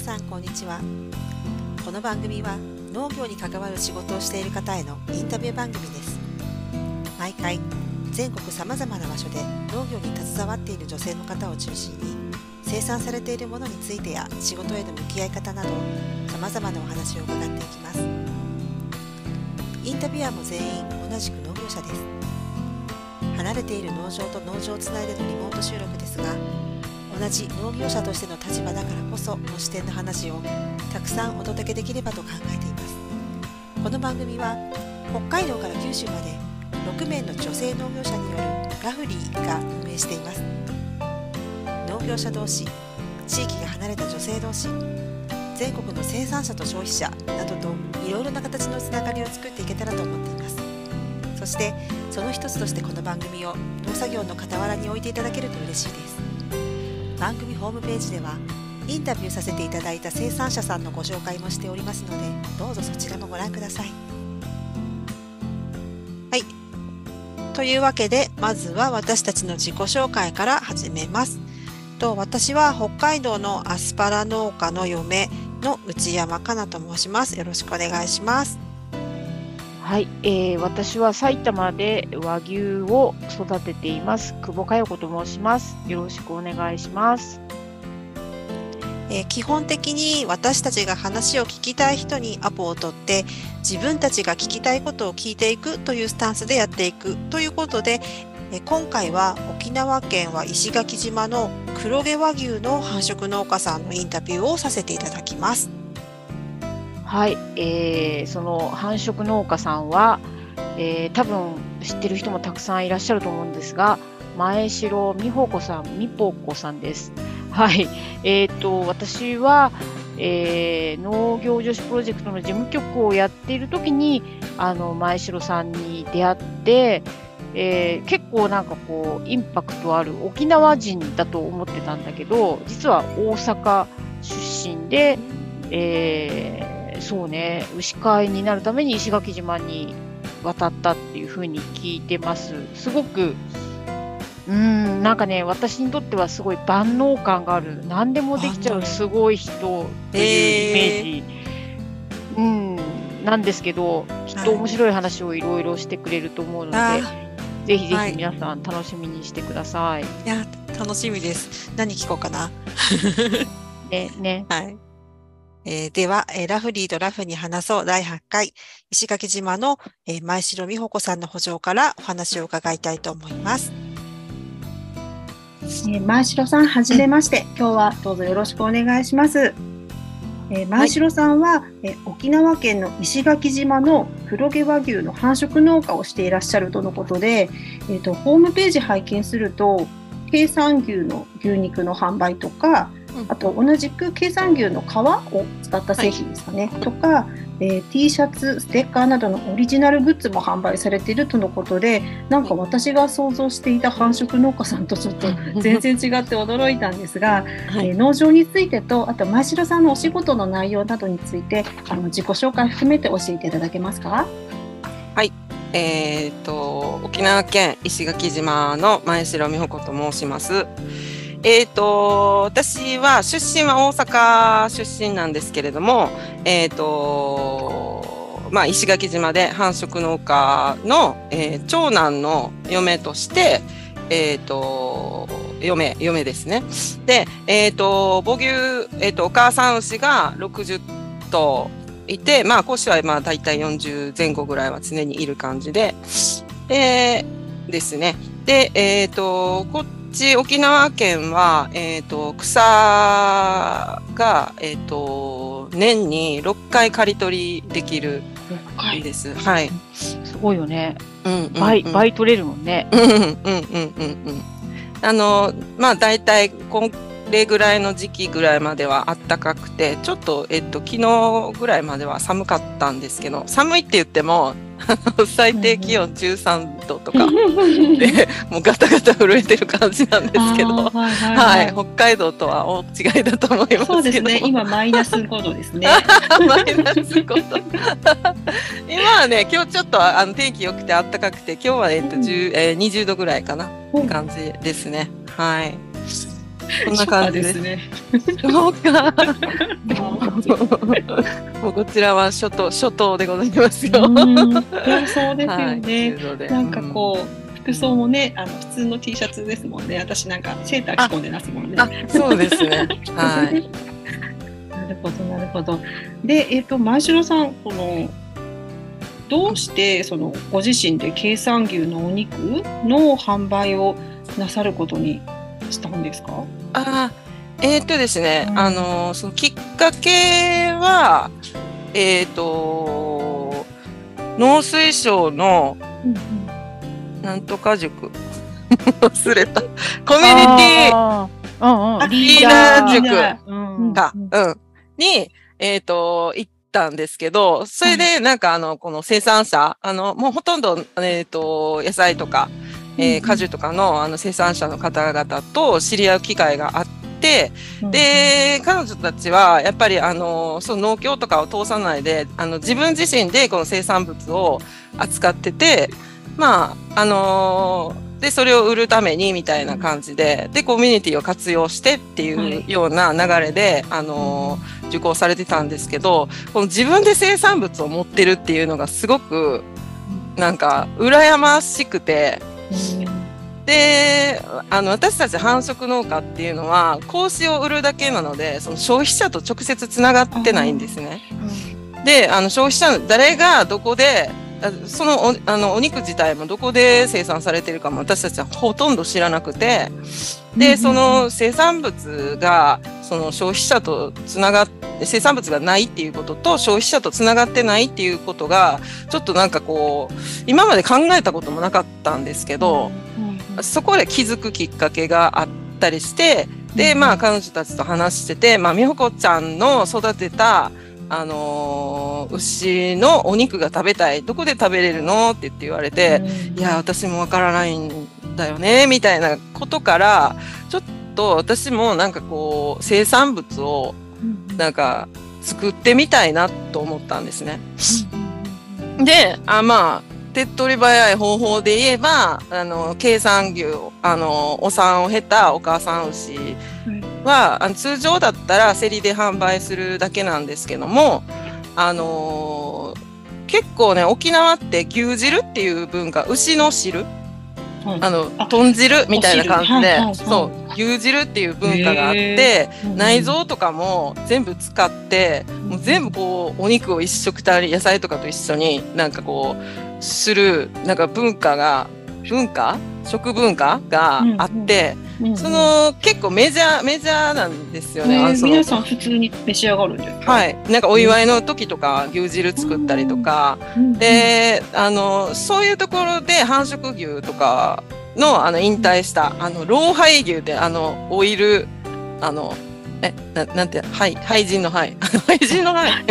さんこんにちは。この番組は農業に関わる仕事をしている方へのインタビュー番組です。毎回全国さまざまな場所で農業に携わっている女性の方を中心に生産されているものについてや仕事への向き合い方などさまざまなお話を伺っていきます。インタビュアーも全員同じく農業者です。離れている農場と農場をつないでのリモート収録ですが、同じ農業者としての立場だからこその視点の話をたくさんお届けできればと考えています。この番組は北海道から九州まで6名の女性農業者によるラフリーが運営しています。農業者同士、地域が離れた女性同士、全国の生産者と消費者などといろいろな形のつながりを作っていけたらと思っています。そしてその一つとしてこの番組を農作業の傍らに置いていただけると嬉しいです。番組ホームページではインタビューさせていただいた生産者さんのご紹介もしておりますので、どうぞそちらもご覧ください。はい、というわけでまずは私たちの自己紹介から始めます。私は北海道のアスパラ農家の嫁の内山かなと申します。よろしくお願いします。 はい、私は埼玉で和牛を育てています久保佳代子と申します。よろしくお願いします。 基本的に私たちが話を聞きたい人にアポを取って自分たちが聞きたいことを聞いていくというスタンスでやっていくということで、今回は沖縄県は石垣島の黒毛和牛の繁殖農家さんのインタビューをさせていただきます。 はい、その繁殖農家さんは、多分知ってる人もたくさんいらっしゃると思うんですが、前城美穂子さん、美穂子さんです。はい、私は、農業女子プロジェクトの事務局をやっている時に前城さんに出会って、結構なんかこうインパクトある沖縄人だと思ってたんだけど、実は大阪出身で、そうね、牛飼いになるために石垣島に渡ったっていう風に聞いてます。すごくなんかね、私にとってはすごい万能感がある、何でもできちゃうすごい人というイメージ、なんですけど、きっと面白い話をいろいろしてくれると思うので、ぜひぜひ皆さん楽しみにしてください。 いや、楽しみです。何聞こうかな。 ね。 はい。では、ラフリーとラフに話そう第8回石垣島の、前城美穂子さんの補助からお話を伺いたいと思います。 前城さん、はじめまして。今日はどうぞよろしくお願いします。前城さんは、沖縄県の石垣島の黒毛和牛の繁殖農家をしていらっしゃるとのことで、ホームページ拝見すると経産牛の牛肉の販売とか、あと同じく経産牛の皮を使った製品ですかね、とか、T シャツ、ステッカーなどのオリジナルグッズも販売されているとのことで、なんか私が想像していた繁殖農家さんとちょっと全然違って驚いたんですが、農場についてと、あと前城さんのお仕事の内容などについて自己紹介含めて教えていただけますか？ はい、沖縄県石垣島の前城美穂子と申します。私は出身は大阪出身なんですけれども、石垣島で繁殖農家の、長男の嫁として、嫁ですね。で、母牛、お母さん牛が60頭いて、子牛はだいたい40前後ぐらいは常にいる感じで、ですね。で、こっち沖縄県は、草が、年に6回刈り取りできるんです。はい。 すごいよね。倍取れるもんね。 だいたいこれぐらいの時期ぐらいまでは暖かくて、ちょっと、昨日ぐらいまでは寒かったんですけど、寒いって言っても最低気温13度とかでもうガタガタ震えてる感じなんですけど、北海道とは大違いだと思いますけど。 そうですね、今マイナス5度ですね。 マイナス5度今はね、今日ちょっと天気良くて暖かくて、今日は20度ぐらいかなって感じですね。はい。 こんな感じです。 ね。 そうか。もうこちらは初冬でございますよ。 そうですよね。なんかこう、服装もね、普通の T シャツですもんね。私なんかセーター着込んでますもんね。 そうですね。はい。 なるほど、なるほど。で、前城さん、どうしてご自身で経産牛のお肉の販売をなさることにしたんですか？ ですね、そのきっかけは、農水省の、なんとか塾忘れた。コミュニティリーダー塾か、に、行ったんですけど、それでなんかこの生産者、もうほとんど、野菜とか、果樹とかの生産者の方々と知り合う機会があって、で、彼女たちはやっぱりその農協とかを通さないで、自分自身でこの生産物を扱ってて、まあ、で、それを売るためにみたいな感じで、で、コミュニティを活用してっていうような流れで、受講されてたんですけど、この自分で生産物を持ってるっていうのがすごく、なんか、羨ましくて、で、私たち繁殖農家っていうのは、子牛を売るだけなので、その消費者と直接つながってないんですね。で、消費者、誰がどこで、そのお肉自体もどこで生産されているかも私たちはほとんど知らなくて、で、その生産物が、その消費者と生産物がないっていうことと消費者とつながってないっていうことが、ちょっとなんかこう、今まで考えたこともなかったんですけど、そこで気づくきっかけがあったりして、で、まあ彼女たちと話してて、まあ美穂子ちゃんの育てた、牛のお肉が食べたい。どこで食べれるのって言われて、いや、私もわからないんだよね、みたいなことから、ちょっと私もなんかこう、生産物をなんか作ってみたいなと思ったんですね。で、まあ、手っ取り早い方法で言えば、経産牛、お産を経たお母さん牛は、通常だったら競りで販売するだけなんですけども、結構ね、沖縄って牛汁っていう文化、牛の汁、豚汁みたいな感じで、そう、牛汁っていう文化があって、内臓とかも全部使って、もう全部こう、お肉を一食たり、野菜とかと一緒になんかこう、する、なんか食文化があって、結構メジャーなんですよね。 皆さん普通に召し上がるんですか？ はい。なんかお祝いの時とか牛汁作ったりとか、で、そういうところで繁殖牛とかの引退した老廃牛でオイルなんて廃人の廃廃人の廃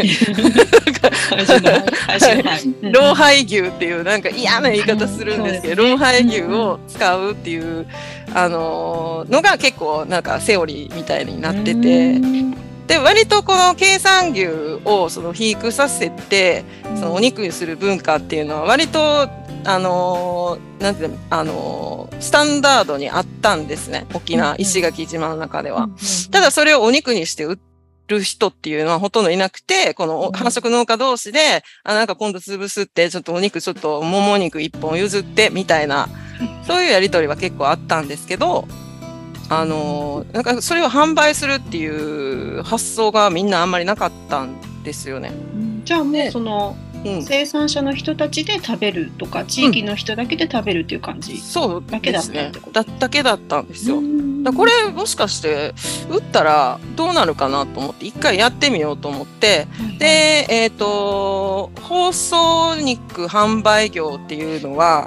老廃牛っていうなんか嫌な言い方するんですけど、老廃牛を使うっていうのが結構なんかセオリーみたいになってて、で割とこの経産牛をその肥育させてそのお肉にする文化っていうのは割となんてスタンダードにあったんですね、沖縄、石垣島の中では。ただそれをお肉にして売る人っていうのはほとんどいなくて、この繁殖農家同士で、なんか今度潰すって、ちょっとお肉ちょっともも肉一本譲ってみたいな、そういうやりとりは結構あったんですけど、なんかそれを販売するっていう発想がみんなあんまりなかったんですよね。 じゃあもうその、生産者の人たちで食べるとか、地域の人だけで食べるっていう感じ、 そうだけだったってこと？ だけだったんですよ。だこれもしかして売ったらどうなるかなと思って一回やってみようと思って、で、包装肉販売業っていうのは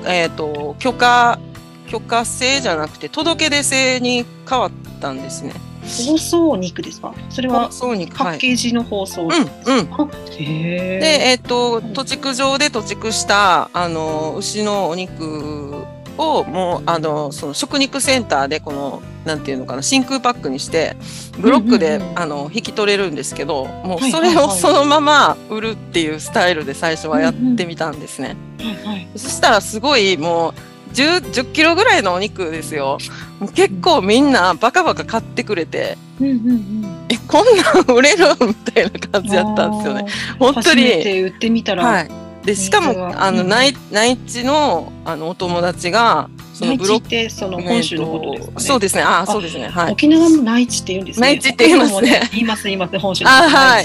許可制じゃなくて届け出制に変わったんですね。 包装肉ですか？それはパッケージの包装。で、 土畜場で土畜した牛のお肉をもうその食肉センターでこのなんていうのかな、真空パックにしてブロックで引き取れるんですけど、もうそれをそのまま売るっていうスタイルで最初はやってみたんですね。そしたらすごいもう 10キロぐらいのお肉ですよ。結構みんなバカバカ買ってくれて、こんなん売れるみたいな感じだったんですよね。本当に。 初めて売ってみたら。 はい。で、しかも、内地の、お友達が、 内地ってその本州のことですかね。 そうですね。そうですね。はい。 沖縄も内地って言うんですね。 内地って言いますね。 言います本州の。 はい。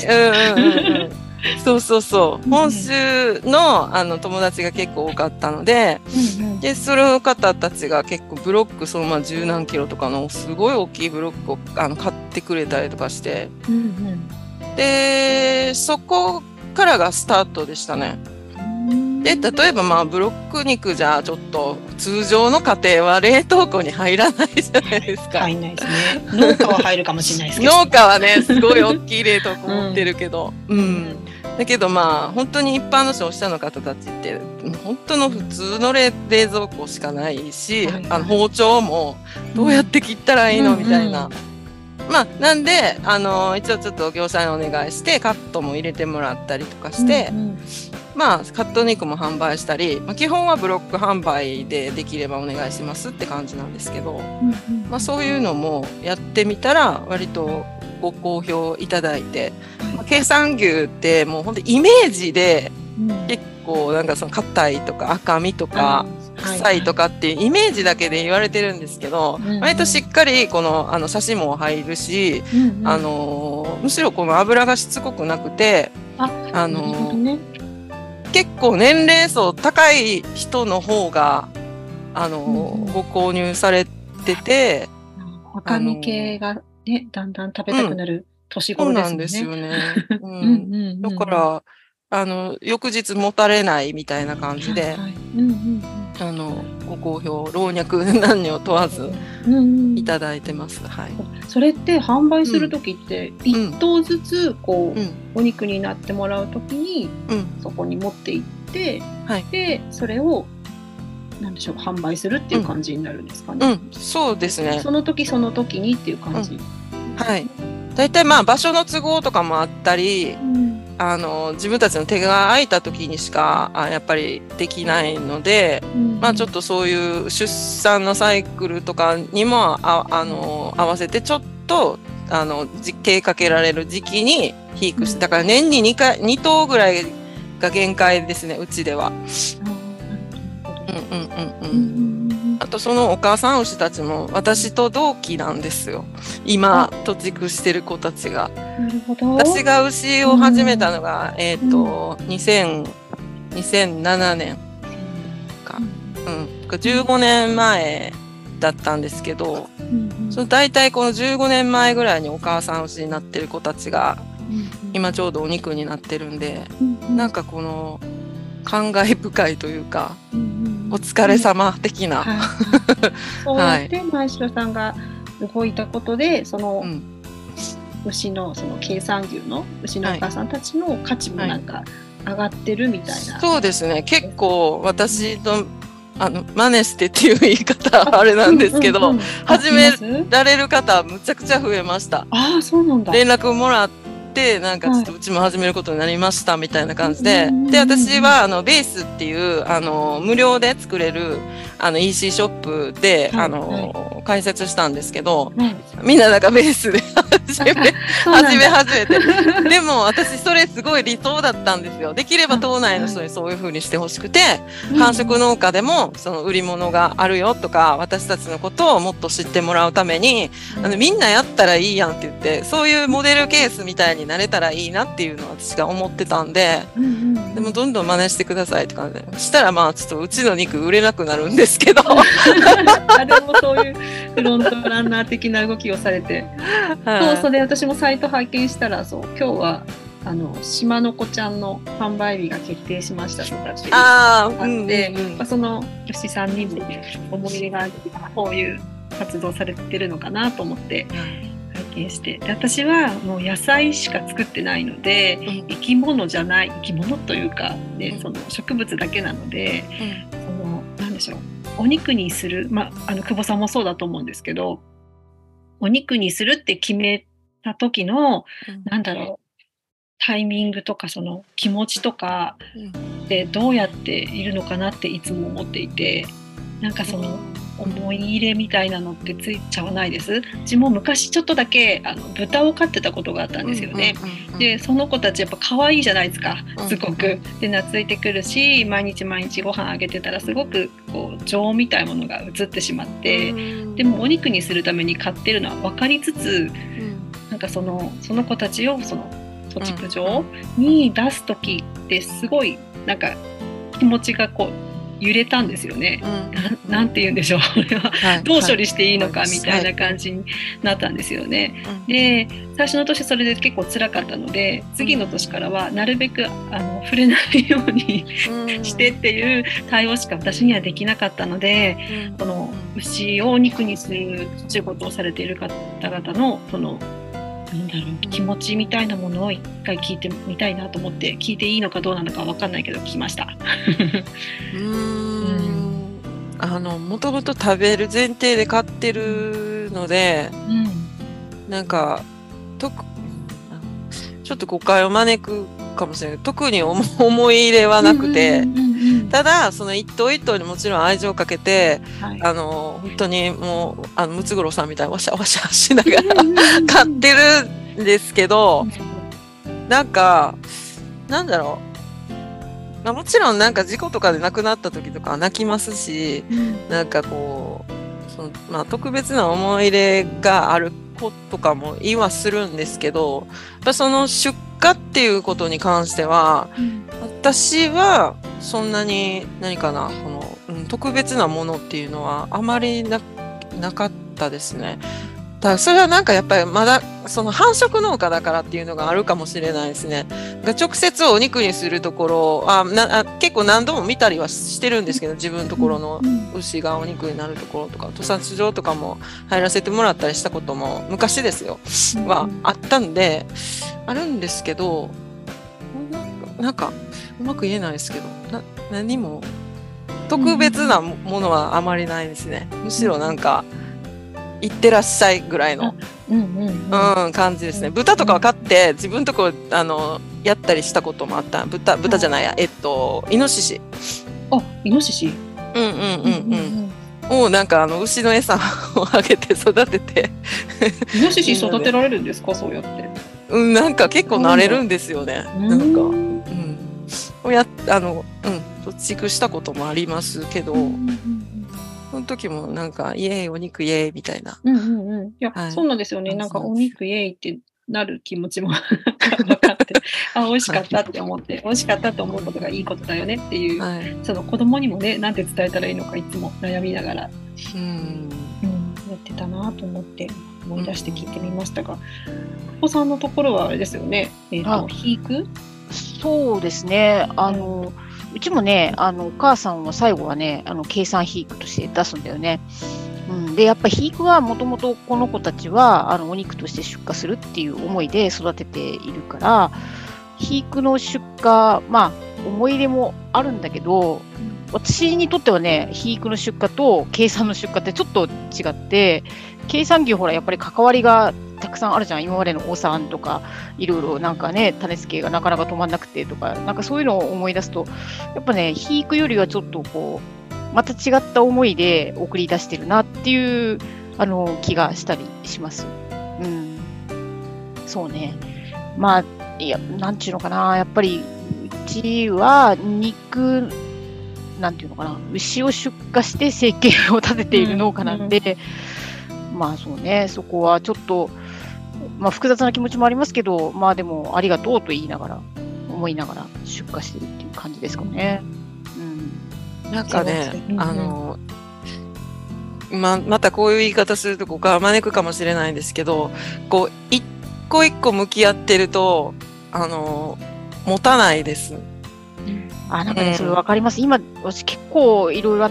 そう。本州の友達が結構多かったので、で、その方たちが結構ブロック、そのまま10何キロとかのすごい大きいブロックを買ってくれたりとかして、で、そこからがスタートでしたね。で、例えばブロック肉じゃちょっと通常の家庭は冷凍庫に入らないじゃないですか。 入んないですね。農家は入るかもしれないですけど。 農家はね、すごい大きい冷凍庫持ってるけど。だけど本当に一般の消費者の方たちって本当の普通の冷蔵庫しかないし、包丁もどうやって切ったらいいのみたいな。なんで一応ちょっと業者にお願いしてカットも入れてもらったりとかして、カット肉も販売したり、基本はブロック販売でできればお願いしますって感じなんですけど、そういうのもやってみたら割とご好評いただいて、経産牛ってもう本当イメージで結構なんかその硬いとか赤身とか臭いとかっていうイメージだけで言われてるんですけど、割としっかりこのサシも入るし、むしろこの脂がしつこくなくて、結構年齢層高い人の方がご購入されてて、 赤身系がね、だんだん食べたくなる年頃ですよね。 そうなんですよね。だから翌日もたれないみたいな感じで、ご好評老若男女問わずいただいてます。はい。 それって販売する時って1頭ずつこうお肉になってもらう時にそこに持って行って、でそれをなんでしょう販売するっていう感じになるんですかね。 そうですね。 その時その時にっていう感じ。 はい。だいたい場所の都合とかもあったり、自分たちの手が空いた時にしかやっぱりできないので、ちょっとそういう出産のサイクルとかにも合わせてちょっと実刑かけられる時期に肥育して、だから年に2頭ぐらいが限界ですね、うちでは。あとそのお母さん牛たちも私と同期なんですよ。今土地区してる子たちが。 なるほど。 私が牛を始めたのが、2007年か、15年前だったんですけど、大体この15年前ぐらいにお母さん牛になってる子たちが、今ちょうどお肉になってるんで、なんかこの感慨深いというか、お疲れ様的な。 そうやって前城さんが動いたことで、その牛のその経産牛の牛のお母さんたちの価値もなんか上がってるみたいな。 そうですね。結構私の真似してっていう言い方あれなんですけど、始められる方むちゃくちゃ増えました。 そうなんだ。 連絡もらって。なんかちょっとうちも始めることになりましたみたいな感じで、で私はベースっていう無料で作れるEC ショップで開設したんですけど、みんななんかベースで始めて、でも私それすごい理想だったんですよ。できれば島内の人にそういう風にしてほしくて、繁殖農家でもその売り物があるよとか、私たちのことをもっと知ってもらうためにみんなやったらいいやんって言って、そういうモデルケースみたいになれたらいいなっていうのを私が思ってたんで、でもどんどん真似してくださいって感じでしたら、ちょっとうちの肉売れなくなるんですけどでもそういうフロントランナー的な動きをされて、それ私もサイト拝見したら、今日は島の子ちゃんの販売日が決定しましたとかってあって、その牛さんにも思い入れがあるこういう活動されてるのかなと思って拝見して、で私はもう野菜しか作ってないので、生き物じゃない、生き物というか、ね、その植物だけなので、なんでしょう、お肉にする、久保さんもそうだと思うんですけど、お肉にするって決めた時の、なんだろう、タイミングとかその気持ちとかでどうやっているのかなっていつも思っていて、 なんかその思い入れみたいなのってついちゃわないです。うちも昔ちょっとだけ豚を飼ってたことがあったんですよね。でその子たちやっぱ可愛いじゃないですか、すごく。で懐いてくるし、毎日毎日ご飯あげてたらすごくこう情みたいなものが移ってしまって、でもお肉にするために飼ってるのは分かりつつ、なんかその子たちをその貯蓄場に出す時ってすごいなんか気持ちがこう揺れたんですよね。なんて言うんでしょう、これはどう処理していいのかみたいな感じになったんですよね。で最初の年それで結構辛かったので、次の年からはなるべく触れないようにしてっていう対応しか私にはできなかったので、この牛をお肉にする仕事をされている方々のそのなんだろう、気持ちみたいなものを一回聞いてみたいなと思って、聞いていいのかどうなのか分かんないけど聞きました。 もともと食べる前提で買ってるので、なんかちょっと誤解を招くかもしれないけど、特に思い入れはなくて、ただその一頭一頭にもちろん愛情をかけて、本当にもうムツゴロウさんみたいにわしゃわしゃしながら飼ってるんですけど、なんかなんだろう、もちろんなんか事故とかで亡くなった時とかは泣きますし、なんかこう特別な思い入れがある子とかも言いはするんですけど、やっぱその出荷っていうことに関しては、私はそんなに何かな、この、特別なものっていうのはあまりなかったですね。だからそれはなんかやっぱりまだその繁殖農家だからっていうのがあるかもしれないですね。直接お肉にするところ結構何度も見たりはしてるんですけど、自分のところの牛がお肉になるところとか、屠殺場とかも入らせてもらったりしたことも昔ですよはあったんであるんですけど、なんかうまく言えないですけど、何も特別なものはあまりないですね。むしろなんか行ってらっしゃいぐらいの感じですね。豚とかは飼って自分のとこやったりしたこともあった。豚じゃないや、イノシシ。 イノシシ。 をなんか牛の餌をあげて育てて。 イノシシ育てられるんですか、そうやって。 なんか結構慣れるんですよね。なんか貯蓄したこともありますけど。その時もなんかイエーイお肉イエーイみたいな。 いや、そうなんですよね。なんかお肉イエーイってなる気持ちも分かって、美味しかったって思って、美味しかったと思うことがいいことだよねっていう、その子供にもね、なんて伝えたらいいのかいつも悩みながら、やってたなと思って思い出して聞いてみましたが、久保さんのところはあれですよね。肥育？ そうですね。うちもね、お母さんは最後はね、計算肥育として出すんだよね。で、やっぱ肥育はもともとこの子たちは、お肉として出荷するっていう思いで育てているから、肥育の出荷、思い入れもあるんだけど、私にとってはね、肥育の出荷と計算の出荷ってちょっと違って、計算牛ほら、やっぱり関わりがたくさんあるじゃん。今までのお産とかいろいろなんかね、種付けがなかなか止まんなくてとか、なんかそういうのを思い出すと、やっぱね、肥育よりはちょっとこうまた違った思いで送り出してるなっていう気がしたりします。そうね。いや、なんちゅうのかな、やっぱりうちは肉なんていうのかな、牛を出荷して生計を立てている農家なんで、そうね、そこはちょっと。複雑な気持ちもありますけど、でもありがとうと言いながら、思いながら出荷してるっていう感じですかね。 なんかね、またこういう言い方するとこから招くかもしれないんですけど、こう一個一個向き合ってると持たないです。 なんかね、それ分かります。今、私結構いろいろあって、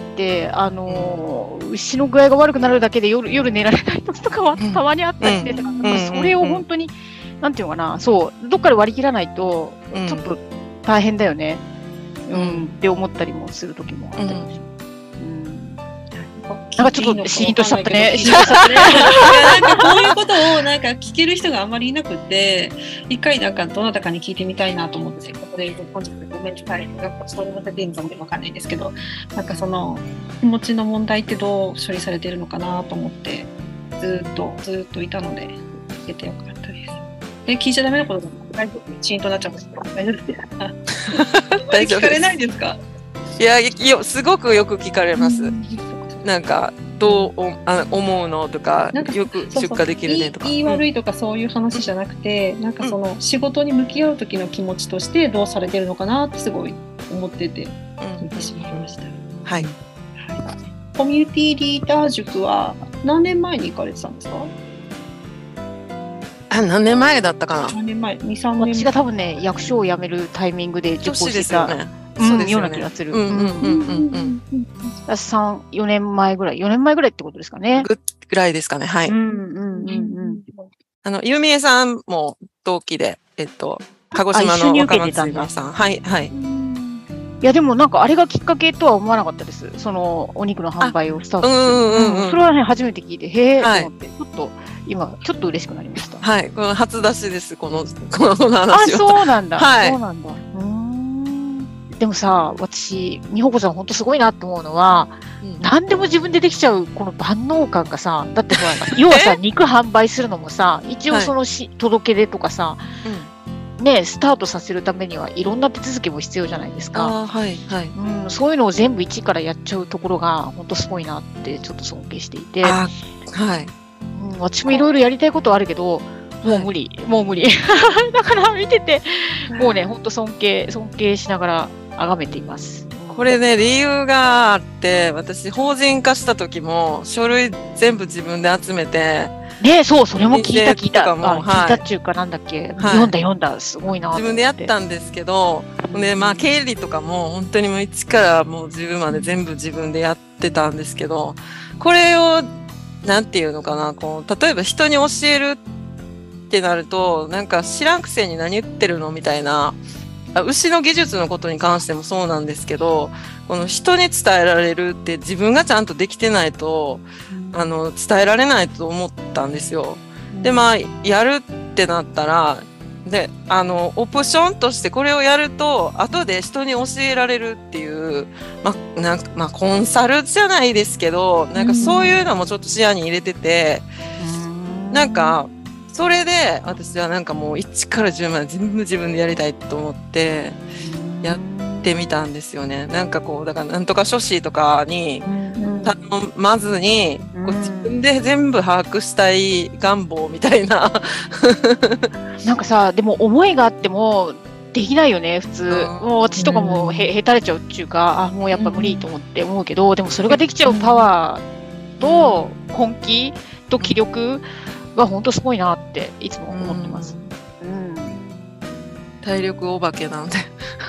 牛の具合が悪くなるだけで夜寝られない時とかはたまにあったりして、それを本当に、なんていうのかな、そう、どっかで割り切らないと、ちょっと大変だよね、って思ったりもする時もあったりします。 なんかちょっとシーンとしちゃったね。 いやなんかこういうことをなんか聞ける人があんまりいなくて、一回なんかどなたかに聞いてみたいなと思って、せっかくで本日ごめんなさい、そういうのでいいのかもわかんないんですけど、なんかその気持ちの問題ってどう処理されてるのかなと思って、ずっといたので聞けてよかったです。聞いちゃダメなことがシーンとなっちゃうんですけど、大丈夫ですか？ 大丈夫です。 聞かれないですか？ いや、すごくよく聞かれます。なんか、どう思うのとか、よく出荷できるねとか。 言い悪いとかそういう話じゃなくて、なんかその仕事に向き合う時の気持ちとしてどうされてるのかなってすごい思ってて、聞いてしまいました。 はい。 コミュニティリーダー塾は何年前に行かれてたんですか？ 何年前だったかな。 何年前？2、3年前。 私が多分ね、役所を辞めるタイミングで受講してたような気がする。3、4年前ぐらい、4年前ぐらいってことですかね。 ぐらいですかね。はい。ゆみえさんも同期で、鹿児島の若松さん。はい、はい。 いや、でもなんかあれがきっかけとは思わなかったです。そのお肉の販売をスタートする。それはね、初めて聞いて、へーと思って、今、ちょっと嬉しくなりました。 はい。この初出しです、この話を。あ、そうなんだ。 はい。 そうなんだ。でもさ、私、美穂子さん本当すごいなって思うのは、何でも自分でできちゃうこの万能感がさ、だってほら、要はさ、肉販売するのもさ、一応その届け出とかさ、ね、スタートさせるためにはいろんな手続きも必要じゃないですか。 はいはい。 そういうのを全部一からやっちゃうところが本当すごいなってちょっと尊敬していて。 はい。 私もいろいろやりたいことはあるけど、もう無理。だから見てて、もうね、本当尊敬しながら崇めています。 これね、理由があって、私、法人化した時も、書類全部自分で集めて、 ね、そう、それも聞いた。聞いたっていうかなんだっけ、読んだ、すごいな。 自分でやったんですけど、で、まあ、経理とかも、本当にもう一からもう自分まで全部自分でやってたんですけど、これを、なんていうのかな、こう、例えば人に教えるってなると、なんか知らんくせに何言ってるのみたいな、牛の技術のことに関してもそうなんですけど、この人に伝えられるって自分がちゃんとできてないと、伝えられないと思ったんですよ。で、まあ、やるってなったら、で、オプションとしてこれをやると、後で人に教えられるっていう、まあ、コンサルじゃないですけど、なんかそういうのもちょっと視野に入れてて、なんか、それで、私はなんかもう1から10まで全部自分でやりたいと思って、やってみたんですよね。なんかこう、だからなんとか書士とかに頼まずに、こう自分で全部把握したい願望みたいな。 なんかさ、でも思いがあってもできないよね、普通。もう私とかもへたれちゃうっていうか、もうやっぱ無理と思って思うけど、でもそれができちゃうパワーと根気と気力が本当すごいなっていつも思ってます。 体力お化けなんで。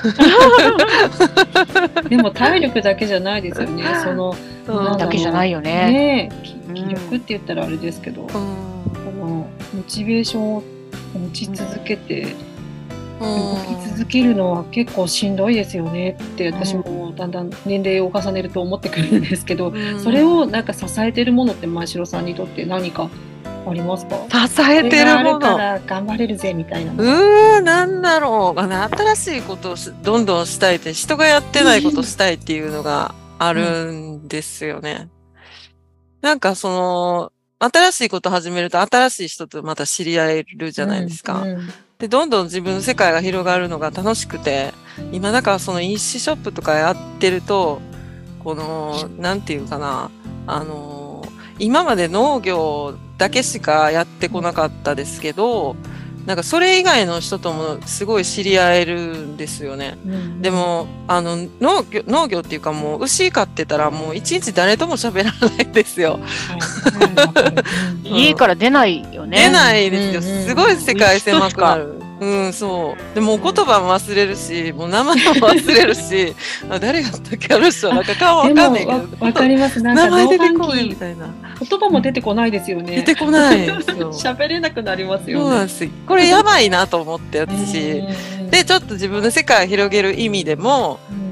でも体力だけじゃないですよね。そのだけじゃないよね。 気力って言ったらあれですけど、このモチベーションを持ち続けて動き続けるのは結構しんどいですよねって私もだんだん年齢を重ねると思ってくるんですけど、それをなんか支えてるものって前城さんにとって何かありますか？ 支えてるもの。 から頑張れるぜみたいな。 なんだろう。新しいことをどんどんしたいって、人がやってないことをしたいっていうのがあるんですよね。なんか新しいことを始めると新しい人とまた知り合えるじゃないですか。で、どんどん自分の世界が広がるのが楽しくて、今だからその EC ショップとかやってると、なんていうかな、今まで農業だけしかやってこなかったですけど、なんかそれ以外の人ともすごい知り合えるんですよね。でも、農業っていうかもう牛飼ってたらもう一日誰とも喋らないですよ。 家から出ないよね。 出ないですよ。すごい世界狭くなる。そう。でも言葉も忘れるし、もう名前も忘れるし、誰がったっけあの人、なんか顔わかんないけど。 わかります。なんか名前出てこないみたいな。 言葉も出てこないですよね。 出てこないですよ。 喋れなくなりますよね。 そうなんですよ。これやばいなと思って、私。で、ちょっと自分の世界を広げる意味でも、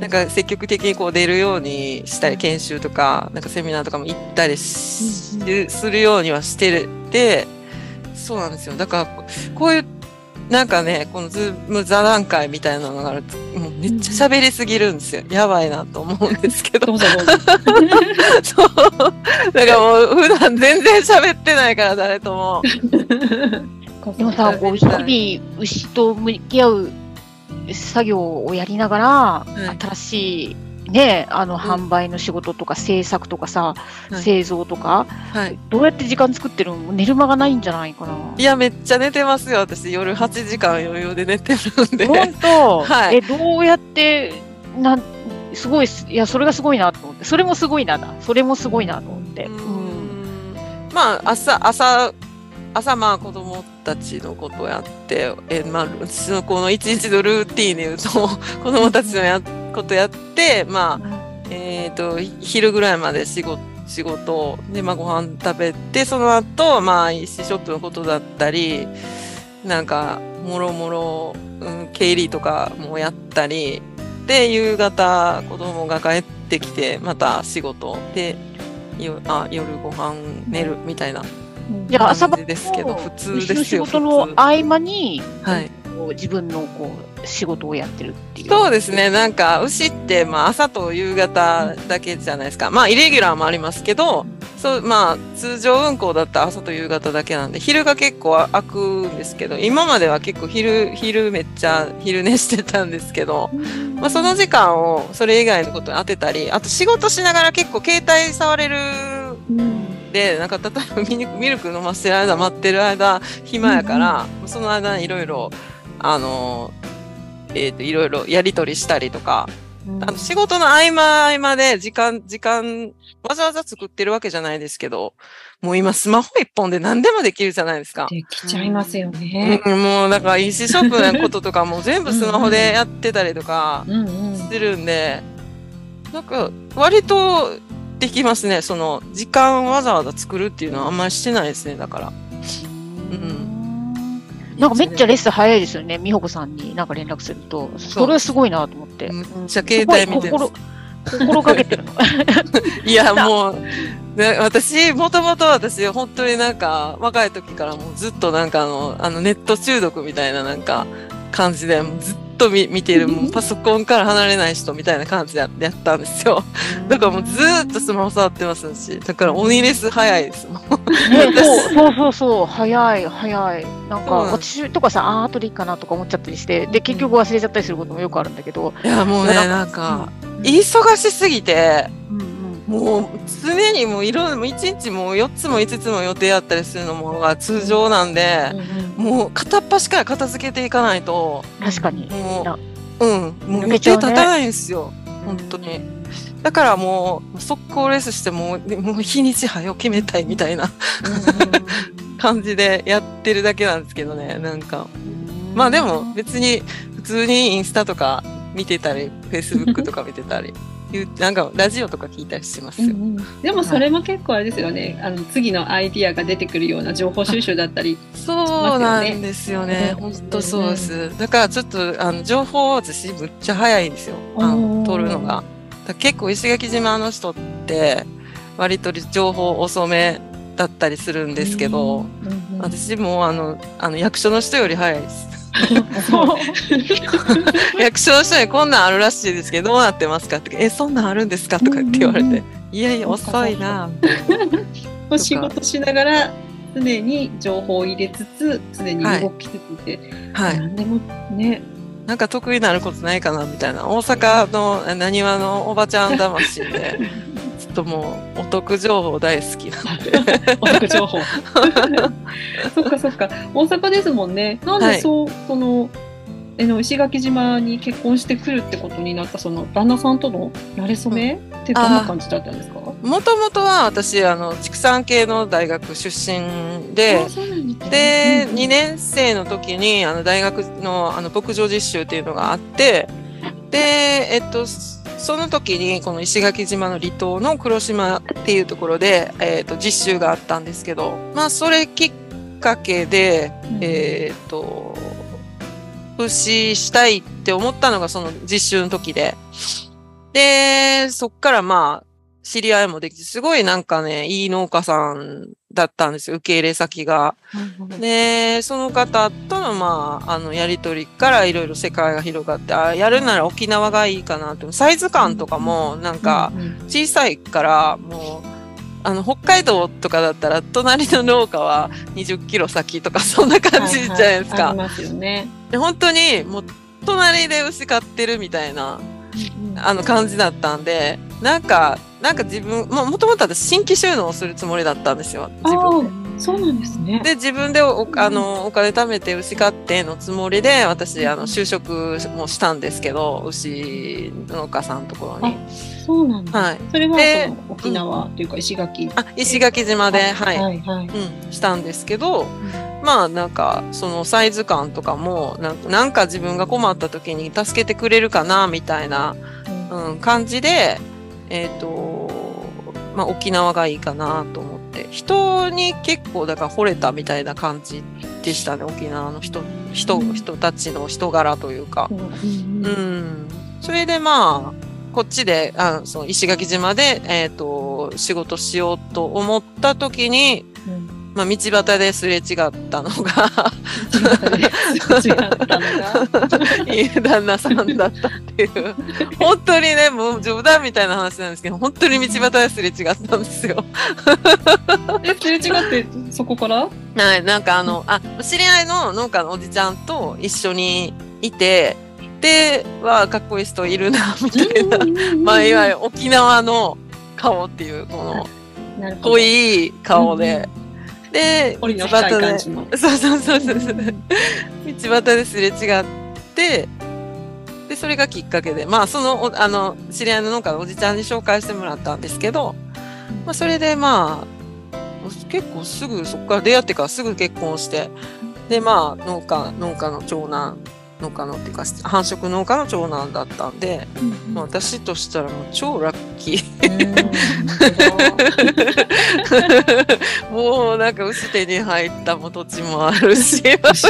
なんか積極的にこう出るようにしたり、研修とか、なんかセミナーとかも行ったりするようにはしてて、そうなんですよ。だから、こういう、なんかね、このズーム座談会みたいなのがあると、もうめっちゃ喋りすぎるんですよ。やばいなと思うんですけど。 どうぞどうぞ。 そう。だからもう普段全然喋ってないから、誰とも。 でもさ、こう日々牛と向き合う作業をやりながら、新しいね、販売の仕事とか制作とかさ、製造とか、どうやって時間作ってるの？寝る間がないんじゃないかな。 いや、めっちゃ寝てますよ。私、夜8時間余裕で寝てるんで。 本当？どうやって、すごい、いや、それがすごいなと思って。それもすごいな。それもすごいなと思って。 まあ、朝まあ子供たちのことをやって、まあ、私のこの一日のルーティーンで言うと、子供たちのことやって、まあ、昼ぐらいまで仕事で、まあご飯食べて、その後、まあ EC ショップのことだったり、なんか、もろもろ、経理とかもやったり、で、夕方、子供が帰ってきて、また仕事で、夜ご飯寝るみたいな。 じゃあ朝晩ですけど、普通ですよ。 仕事の合間に、 はい、 自分のこう仕事をやってるっていう。 そうですね。なんか牛ってまあ朝と夕方だけじゃないですか。まあイレギュラーもありますけど、まあ通常運行だったら朝と夕方だけなんで、昼が結構空くんですけど、今までは結構昼めっちゃ昼寝してたんですけど、まあその時間をそれ以外のことに当てたり、あと仕事しながら結構携帯触れる。で、なんか例えばミルク飲ませてる間、待ってる間、暇やから、その間いろいろ、いろいろやり取りしたりとか、仕事の合間で時間、わざわざ作ってるわけじゃないですけど、もう今スマホ一本で何でもできるじゃないですか。 できちゃいますよね。 もうだから EC ショップのこととかも全部スマホでやってたりとかするんで、なんか割と、できますね。その時間わざわざ作るっていうのはあんまりしてないですね。だから。 なんかめっちゃレッスン早いですよね。美穂子さんになんか連絡すると、それはすごいなと思って。 めっちゃ携帯見てる。 心がけてるの。 いやもう、私もともと本当になんか若い時からもうずっとなんかネット中毒みたいななんか感じでもうずっと見てる、もうパソコンから離れない人みたいな感じでやったんですよ。だからもうずーっとスマホ触ってますし、だから鬼レス早いですもん。 そう、早い。なんか、私とかさ、後でいいかなとか思っちゃったりして、で、結局忘れちゃったりすることもよくあるんだけど。 いや、もうね、なんか、忙しすぎて、もう常にもう1日も4つも5つも予定あったりするのもが通常なんで、もう片っ端から片付けていかないと、 確かに。 もう予定立たないんですよ。本当に。だからもう速攻レースしてもう日にち早を決めたいみたいな感じでやってるだけなんですけどね、なんか。まあでも別に普通にインスタとか見てたり、フェイスブックとか見てたり。なんかラジオとか聞いたりしますよ。 でもそれも結構あれですよね。次のアイディアが出てくるような情報収集だったり、 そうなんですよね。本当そうです。だからちょっと情報私むっちゃ早いんですよ。取るのが。結構石垣島の人って割と情報遅めだったりするんですけど、私も役所の人より早いです。役所の人にこんなんあるらしいですけどどうなってますかってそんなんあるんですかとかって言われていやいや遅いなみ仕事しながら常に情報を入れつつ常に動きつつで、何でもねなんか得意になることないかなみたいな大阪のなにわのおばちゃん魂でちょっともうお得情報大好きなんでお得情報そっか大阪ですもんね。なんで石垣島に結婚してくるってことになったその旦那さんとの馴れ初めってどんな感じだったんですか？ もともとは私畜産系の大学出身で、で2年生の時に大学の牧場実習っていうのがあって、でその時にこの石垣島の離島の黒島っていうところで実習があったんですけど、まあそれきっかけで牛したいって思ったのがその実習の時で。 で、そっからまあ、知り合いもできて、すごいなんかね、いい農家さんだったんですよ、受け入れ先が。で、その方とのまあ、やりとりからいろいろ世界が広がって、やるなら沖縄がいいかなって、サイズ感とかもなんか小さいから、もう、北海道とかだったら、隣の農家は20キロ先とか、そんな感じじゃないですか。 ありますよね。 で、本当に、もう、隣で牛飼ってるみたいな、感じだったんで、なんか自分、もともと私新規収納をするつもりだったんですよ。自分で。 そうなんですね。 で、自分でお金貯めて牛飼ってのつもりで、私、就職もしたんですけど、牛農家さんのところに。 そうなんだ。 はい。 それは沖縄というか石垣。 石垣島で、はい。したんですけど、まあなんかそのサイズ感とかもなんか自分が困った時に助けてくれるかなみたいな、感じでまあ沖縄がいいかなと思って人に結構だから惚れたみたいな感じでしたね。沖縄の人たちの人柄というか、それでまあこっちでその石垣島で仕事しようと思った時に、まあ、道端ですれ違ったのがいい旦那さんだったっていう本当にねもう冗談みたいな話なんですけど本当に道端ですれ違ったんですよすれ違ってそこからはいなんか知り合いの農家のおじちゃんと一緒にいてでかっこいい人いるなみたいなまあいわゆる沖縄の顔っていうこの濃い顔で。で、道端で、そう。道端ですれ違って、で、それがきっかけで、まあ、知り合いの農家のおじちゃんに紹介してもらったんですけど、まあ、それでまあ、結構すぐ、そこから出会ってからすぐ結婚して、で、まあ、農家の長男、農家のっていうか繁殖農家の長男だったんで、まあ、私としたらもう超ラッキーもうなんか牛手に入ったも土地もあるし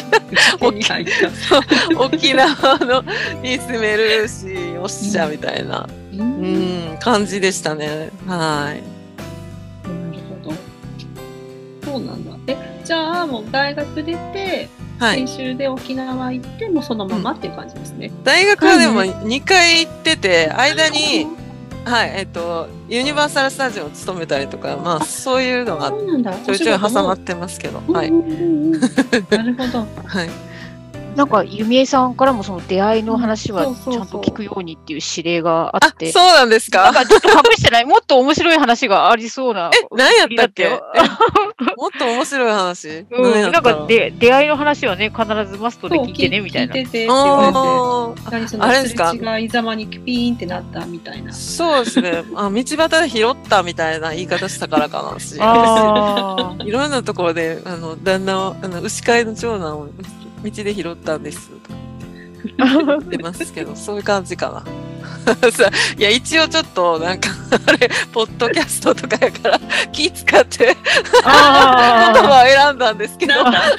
沖縄のに住めるしよっしゃみたいな、感じでしたね。はい。 なるほど。そうなんだ。じゃあもう大学出て研修で沖縄行ってもそのままっていう感じですね。 大学はでも2回行ってて、間に、ユニバーサルスタジオを務めたりとか、まあそういうのがちょいちょい挟まってますけど。はい。 なるほど。 はい。 なんか、弓江さんからもその出会いの話はちゃんと聞くようにっていう指令があって。 そうなんですか？ なんかちょっと隠してない？もっと面白い話がありそうな。 何やったっけ？もっと面白い話。 なんか出会いの話はね、必ずマストで聞いてね、みたいな。 聞いててって言われて。 あれですか？ すれ違いざまにピーンってなったみたいな。 そうですね。道端で拾ったみたいな言い方したからかなし。いろんなところで、旦那を、牛飼いの長男を道で拾ったんですとか言ってますけど、そういう感じかな。いや、一応ちょっと、なんか、ポッドキャストとかやから気使って、言葉を選んだんですけど。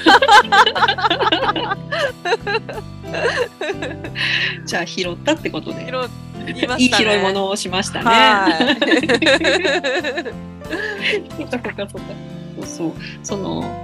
じゃあ、拾ったってことで。 いい拾い物をしましたね。そう。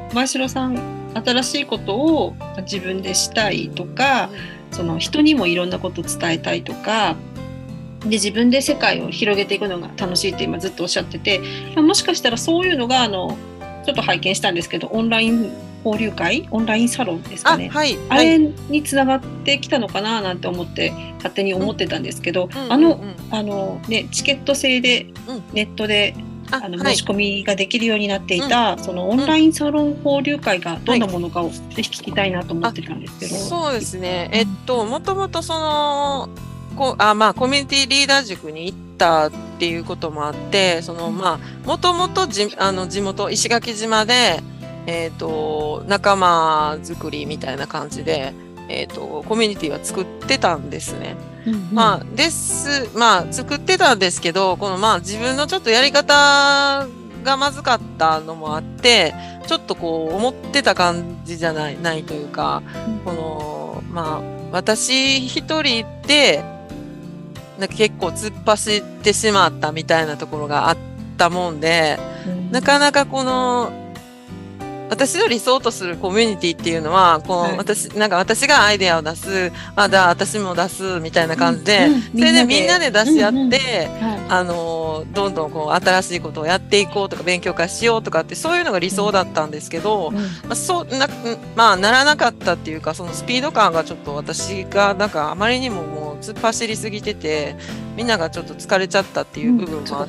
前城さん、新しいことを自分でしたいとか、人にもいろんなことを伝えたいとか、で自分で世界を広げていくのが楽しいって今ずっとおっしゃってて、もしかしたらそういうのがちょっと拝見したんですけど、オンライン交流会、オンラインサロンですかね。あれにつながってきたのかななんて思って勝手に思ってたんですけど、ね、チケット制でネットで申し込みができるようになっていた、そのオンラインサロン交流会がどんなものかをぜひ聞きたいなと思ってたんですけど。 そうですね。もともとコミュニティリーダー塾に行ったっていうこともあって、もともと地元、石垣島で、仲間作りみたいな感じで、コミュニティは作ってたんですね。作ってたんですけど、自分のちょっとやり方がまずかったのもあって、ちょっと思ってた感じじゃないというか、私一人で、 なんか結構突っ走ってしまったみたいなところがあったもんで、なかなかこの、私の理想とするコミュニティっていうのは、こう、なんか私がアイデアを出す、あ、私も出す、みたいな感じで、それでみんなで出し合って、どんどんこう、新しいことをやっていこうとか、勉強会しようとかって、そういうのが理想だったんですけど、ならなかったっていうか、そのスピード感がちょっと私が、なんかあまりにももう突っ走りすぎてて、みんながちょっと疲れちゃったっていう部分もあって、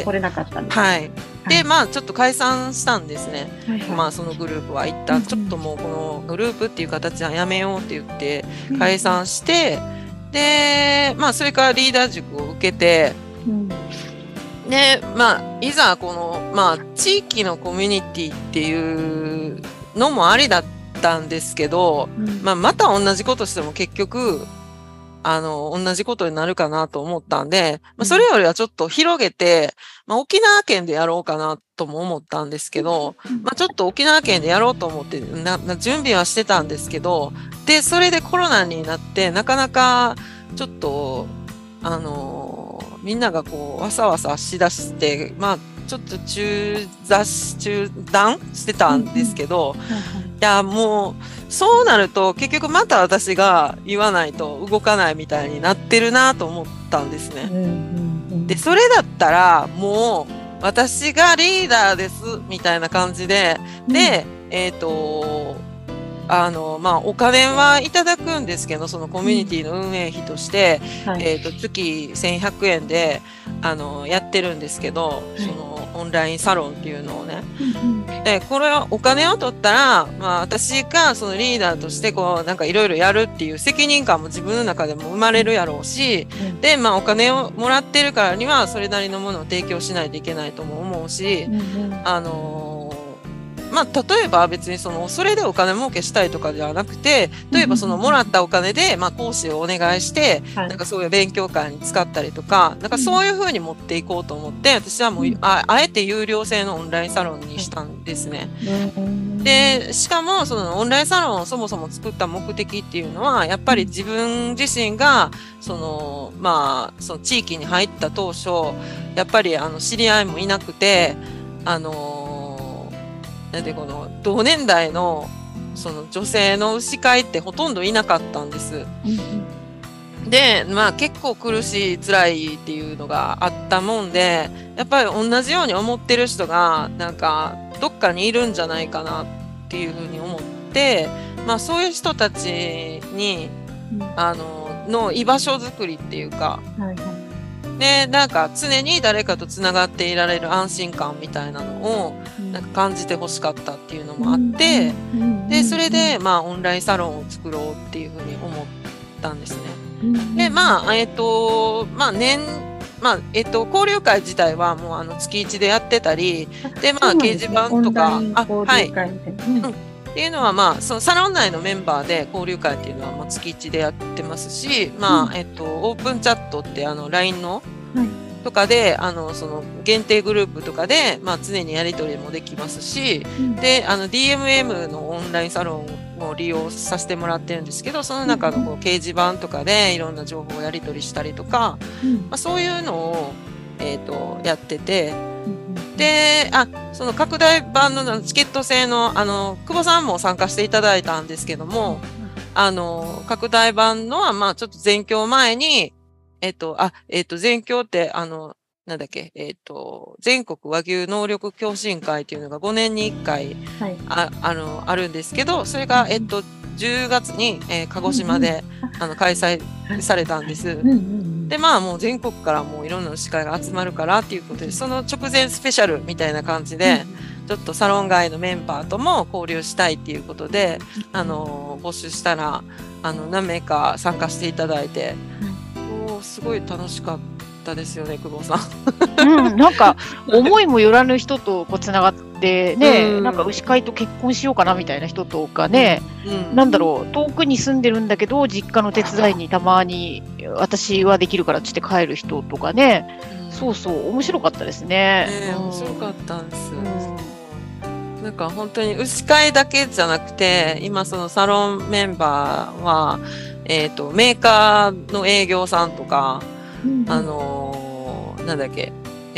来れなかったんです。 はい。で、ちょっと解散したんですね。そのグループは一旦、ちょっともうこのグループっていう形はやめようって言って解散して、で、それからリーダー塾を受けて、で、いざこの、地域のコミュニティっていうのもありだったんですけど、また同じことしても結局、同じことになるかなと思ったんで、それよりはちょっと広げて、沖縄県でやろうかなとも思ったんですけど、ちょっと沖縄県でやろうと思って準備はしてたんですけど、で、それでコロナになって、なかなかちょっと、みんながこう、わさわさしだして、ちょっと中断してたんですけど、いや、もう、そうなると結局また私が言わないと動かないみたいになってるなと思ったんですね。で、それだったらもう私がリーダーですみたいな感じで、で、お金はいただくんですけど、そのコミュニティの運営費として、月1100円で、やってるんですけど、そのオンラインサロンっていうのをね。で、これはお金を取ったら、私がそのリーダーとしてこう、なんかいろいろやるっていう責任感も自分の中でも生まれるやろうし、で、お金をもらってるからには、それなりのものを提供しないといけないとも思うし、例えば別にそれでお金儲けしたいとかではなくて、例えばもらったお金で、講師をお願いして、なんかそういう勉強会に使ったりとか、なんかそういう風に持っていこうと思って、私はもう、あえて有料制のオンラインサロンにしたんですね。で、しかも、オンラインサロンをそもそも作った目的っていうのは、やっぱり自分自身が、その地域に入った当初、やっぱり知り合いもいなくて、この同年代のその女性の牛飼いってほとんどいなかったんです。で、結構苦しい、辛いっていうのがあったもんで、やっぱり同じように思ってる人がなんかどっかにいるんじゃないかなっていうふうに思って、そういう人たちにの居場所づくりっていうか、で、なんか常に誰かとつながっていられる安心感みたいなのをなんか感じてほしかったっていうのもあって、で、それでオンラインサロンを作ろうっていうふうに思ったんですね。で、交流会自体はもう月1でやってたり、で、掲示板とか、っていうのはそのサロン内のメンバーで交流会っていうのは月1でやってますし、オープンチャットってLINE の、とかで、その限定グループとかで、常にやり取りもできますし、で、DMM のオンラインサロンを利用させてもらってるんですけど、その中のこう掲示板とかでいろんな情報をやり取りしたりとか、そういうのを、やってて、で、その拡大版のチケット制の、久保さんも参加していただいたんですけども、拡大版のは、ちょっと全教前に、全教って、全国和牛能力共進会っていうのが5年に1回、あるんですけど、それが、10月に、鹿児島で、開催されたんです。で、もう全国からもういろんな牛飼いが集まるからっていうことで、その直前スペシャルみたいな感じで、ちょっとサロン外のメンバーとも交流したいっていうことで、募集したら、何名か参加していただいて、すごい楽しかったですよね、久保さん。 なんか、思いもよらぬ人とつながってね、なんか牛飼いと結婚しようかなみたいな人とかね、なんだろう、遠くに住んでるんだけど、実家の手伝いにたまに私はできるからって帰る人とかね、そうそう、面白かったですね。 面白かったんです。なんか本当に牛飼いだけじゃなくて、今そのサロンメンバーは、メーカーの営業さんとか、 なんだっけ、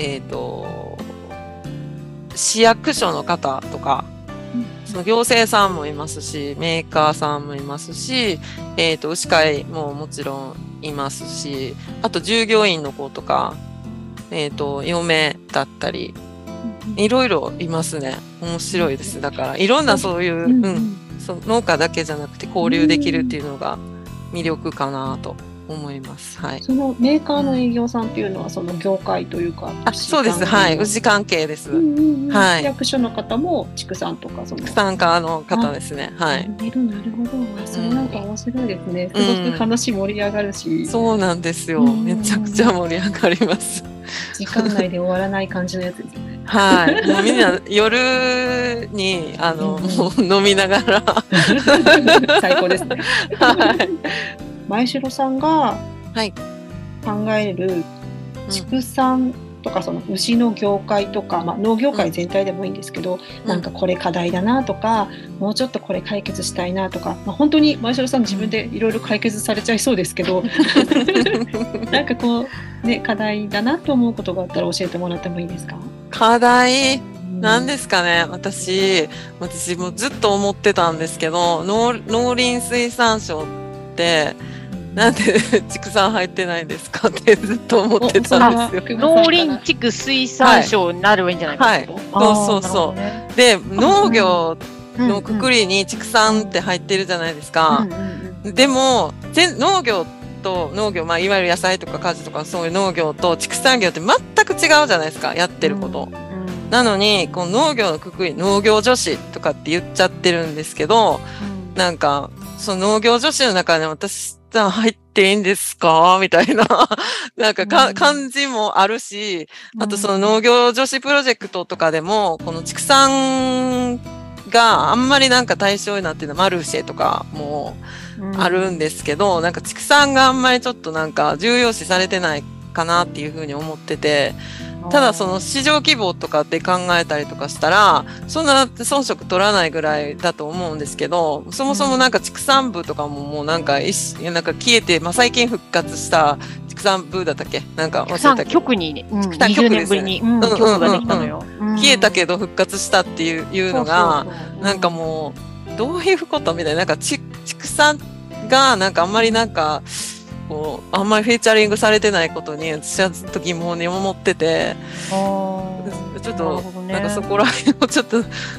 市役所の方とか、その行政さんもいますし、メーカーさんもいますし、牛飼いももちろんいますし、あと従業員の子とか、嫁だったり、いろいろいますね。面白いです。だから、いろんなそういう、農家だけじゃなくて交流できるっていうのが魅力かなと思います。はい。 そのメーカーの営業さんっていうのはその業界というか、 そうです。はい。牛関係です。はい。 市役所の方も畜産とか畜産課の方ですね。はい。 なるほど。それなんか面白いですね。すごく話盛り上がるし。 そうなんですよ。めちゃくちゃ盛り上がります。 時間内で終わらない感じのやつですね。 はい。もうみんな夜にもう飲みながら最高ですね。はい。前城さんが考える畜産とかその牛の業界とか、農業界全体でもいいんですけど、なんかこれ課題だなとか、もうちょっとこれ解決したいなとか、本当に前城さん自分でいろいろ解決されちゃいそうですけどなんかこうね、課題だなと思うことがあったら教えてもらってもいいですか？ 課題なんですかね。私もずっと思ってたんですけど、農林水産省ってなんで畜産入ってないんですかってずっと思ってたんですよ。 農林畜水産省になればいいんじゃないかはい。そう。で、農業のくくりに畜産って入ってるじゃないですか。でも、農業と農業、いわゆる野菜とか果樹とかそういう農業と畜産業って全く違うじゃないですか、やってること。なのに、この農業のくくり、農業女子とかって言っちゃってるんですけど、なんか、その農業女子の中で私、入っていいんですかみたいな、なんか感じもあるし、あとその農業女子プロジェクトとかでも、この畜産があんまりなんか対象になっているのはマルシェとかもあるんですけど、なんか畜産があんまりちょっとなんか重要視されてないかなっていうふうに思ってて、ただその市場規模とかって考えたりとかしたら、そんな遜色取らないぐらいだと思うんですけど、そもそもなんか畜産部とかももうなんか消えて、最近復活した畜産部だったっけ？なんか忘れたっけ？ 局にね、20年ぶりに局ができたのよ。 消えたけど復活したっていうのが、なんかもう、どういうことみたいな、なんか畜産がなんかあんまりなんか、あんまりフィーチャリングされてないことに私はずっと疑問に思ってて、ちょっとなんかそこら辺をちょっと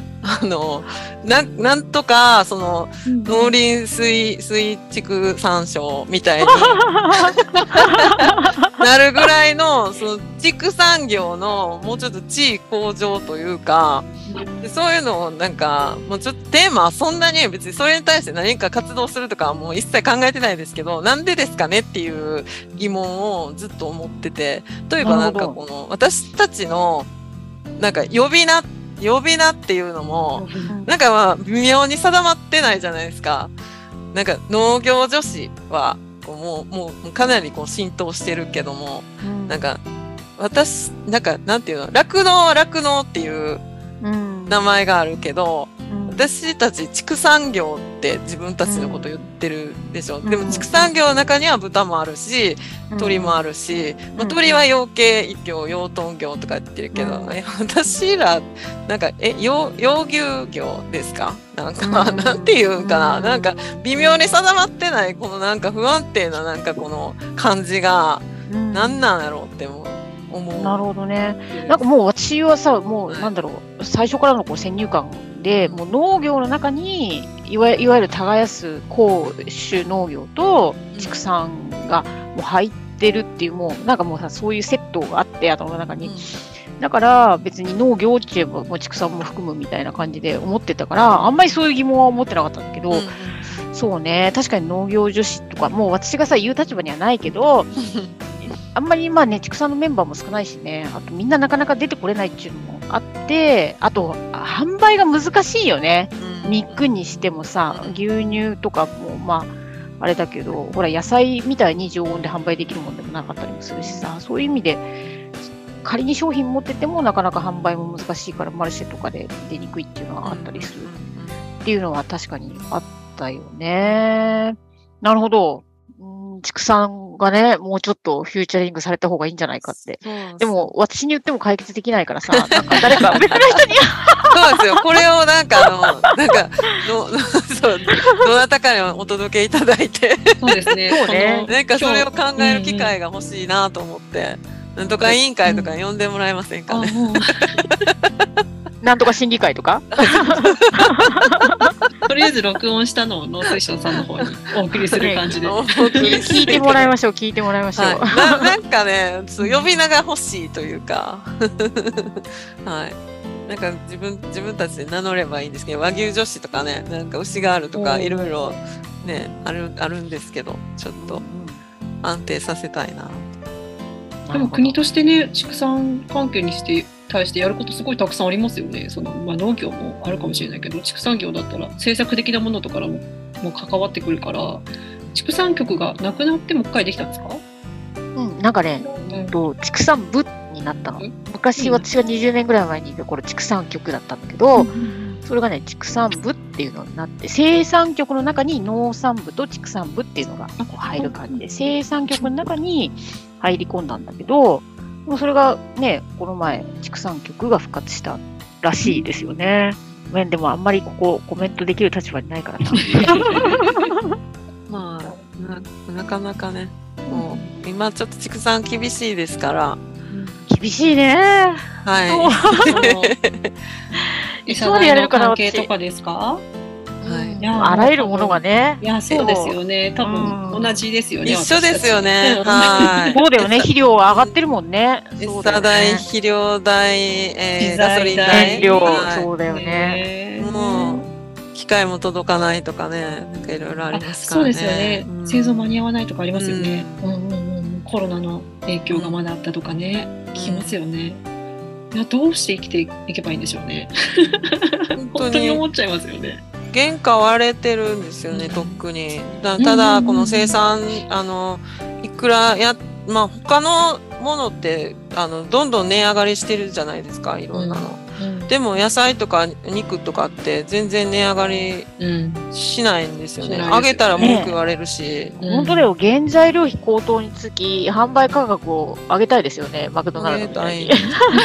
なんとかその農林水畜産省みたいになるぐらいのその畜産業のもうちょっと地位向上というか、そういうのをなんかもうちょっとテーマはそんなに別にそれに対して何か活動するとかはもう一切考えてないですけど、なんでですかねっていう疑問をずっと思ってて、例えばなんかこの私たちのなんか呼び名っていうのもなんか微妙に定まってないじゃないですか。なんか農業女子はもうかなり浸透してるけども、なんか私なんかなんていうの、酪農っていう名前があるけど、私たち畜産業って自分たちのこと言ってるでしょ。でも畜産業の中には豚もあるし鳥もあるし、鳥は養鶏業養豚業とか言ってるけど、私らなんか養牛業ですか、なんか、なんていうんかな、なんか微妙に定まってないこのなんか不安定ななんかこの感じが何なんやろうって思う。 なるほどね。なんかもう私はさ、もうなんだろう、最初からの先入観で、もう農業の中にいわゆる耕す公種農業と畜産がもう入ってるっていう、もうなんかもうさ、そういうセットがあって頭の中に、だから別に農業って言えばもう畜産も含むみたいな感じで思ってたから、あんまりそういう疑問は思ってなかったんだけど、そうね、確かに農業女子とか、もう私がさ言う立場にはないけどあんまり畜産のメンバーも少ないしね、あとみんななかなか出てこれないっていうのもあって、あと販売が難しいよね。肉にしてもさ、牛乳とかもあれだけど、ほら野菜みたいに常温で販売できるもんでもなかったりもするしさ、そういう意味で仮に商品持っててもなかなか販売も難しいからマルシェとかで出にくいっていうのがあったりするっていうのは確かにあったよね。なるほど。 畜産がね、もうちょっとフューチャリングされた方がいいんじゃないかって。でも、私に言っても解決できないからさ、なんか誰か別の人に。 そうですよ。これをなんかそう、どなたかにお届けいただいて。 そうですね。 そうね。 なんかそれを考える機会が欲しいなと思って、なんとか委員会とか呼んでもらえませんかね。 なんとか審議会とかとりあえず録音したのを農水省さんの方にお送りする感じで。 聞いてもらいましょう、聞いてもらいましょう。 なんかね、呼び名が欲しいというか、はい。なんか自分たちで名乗ればいいんですけど、和牛女子とかね、なんか牛があるとか、いろいろね、あるんですけど、ちょっと安定させたいな。 でも国としてね、畜産関係に対してやることすごいたくさんありますよね。農業もあるかもしれないけど、畜産業だったら政策的なものとかも関わってくるから、畜産局がなくなってもう一回できたんですか？ なんかね、畜産部になったの。昔、私が20年ぐらい前にいた頃、畜産局だったんだけど、それがね、畜産部っていうのになって、生産局の中に農産部と畜産部っていうのが入る感じで、生産局の中に入り込んだんだけど、それがね、この前、畜産局が復活したらしいですよね。でもあんまりここコメントできる立場にないからな。 まあ、なかなかね、もう今ちょっと畜産厳しいですから。 厳しいね。 はい。 いつまでやれるかなって。とかですか？ あらゆるものがね。 いや、そうですよね。多分同じですよね。 一緒ですよね。 はい。そうだよね。肥料上がってるもんね。 餌代、肥料代、ガソリン代。 燃料、そうだよね。 もう機械も届かないとかね、なんかいろいろありますからね。 そうですよね。製造間に合わないとかありますよね。コロナの影響がまだあったとかね、聞きますよね。いや、どうして生きていけばいいんでしょうね。本当に思っちゃいますよね。 原価割れてるんですよね、特に。ただ、この生産、いくら他のものって、どんどん値上がりしてるじゃないですか、いろんなの。でも、野菜とか肉とかって全然値上がりしないんですよね。上げたら文句言われるし。 本当だよ、原材料費高騰につき、販売価格を上げたいですよね、マクドナルドみたいに。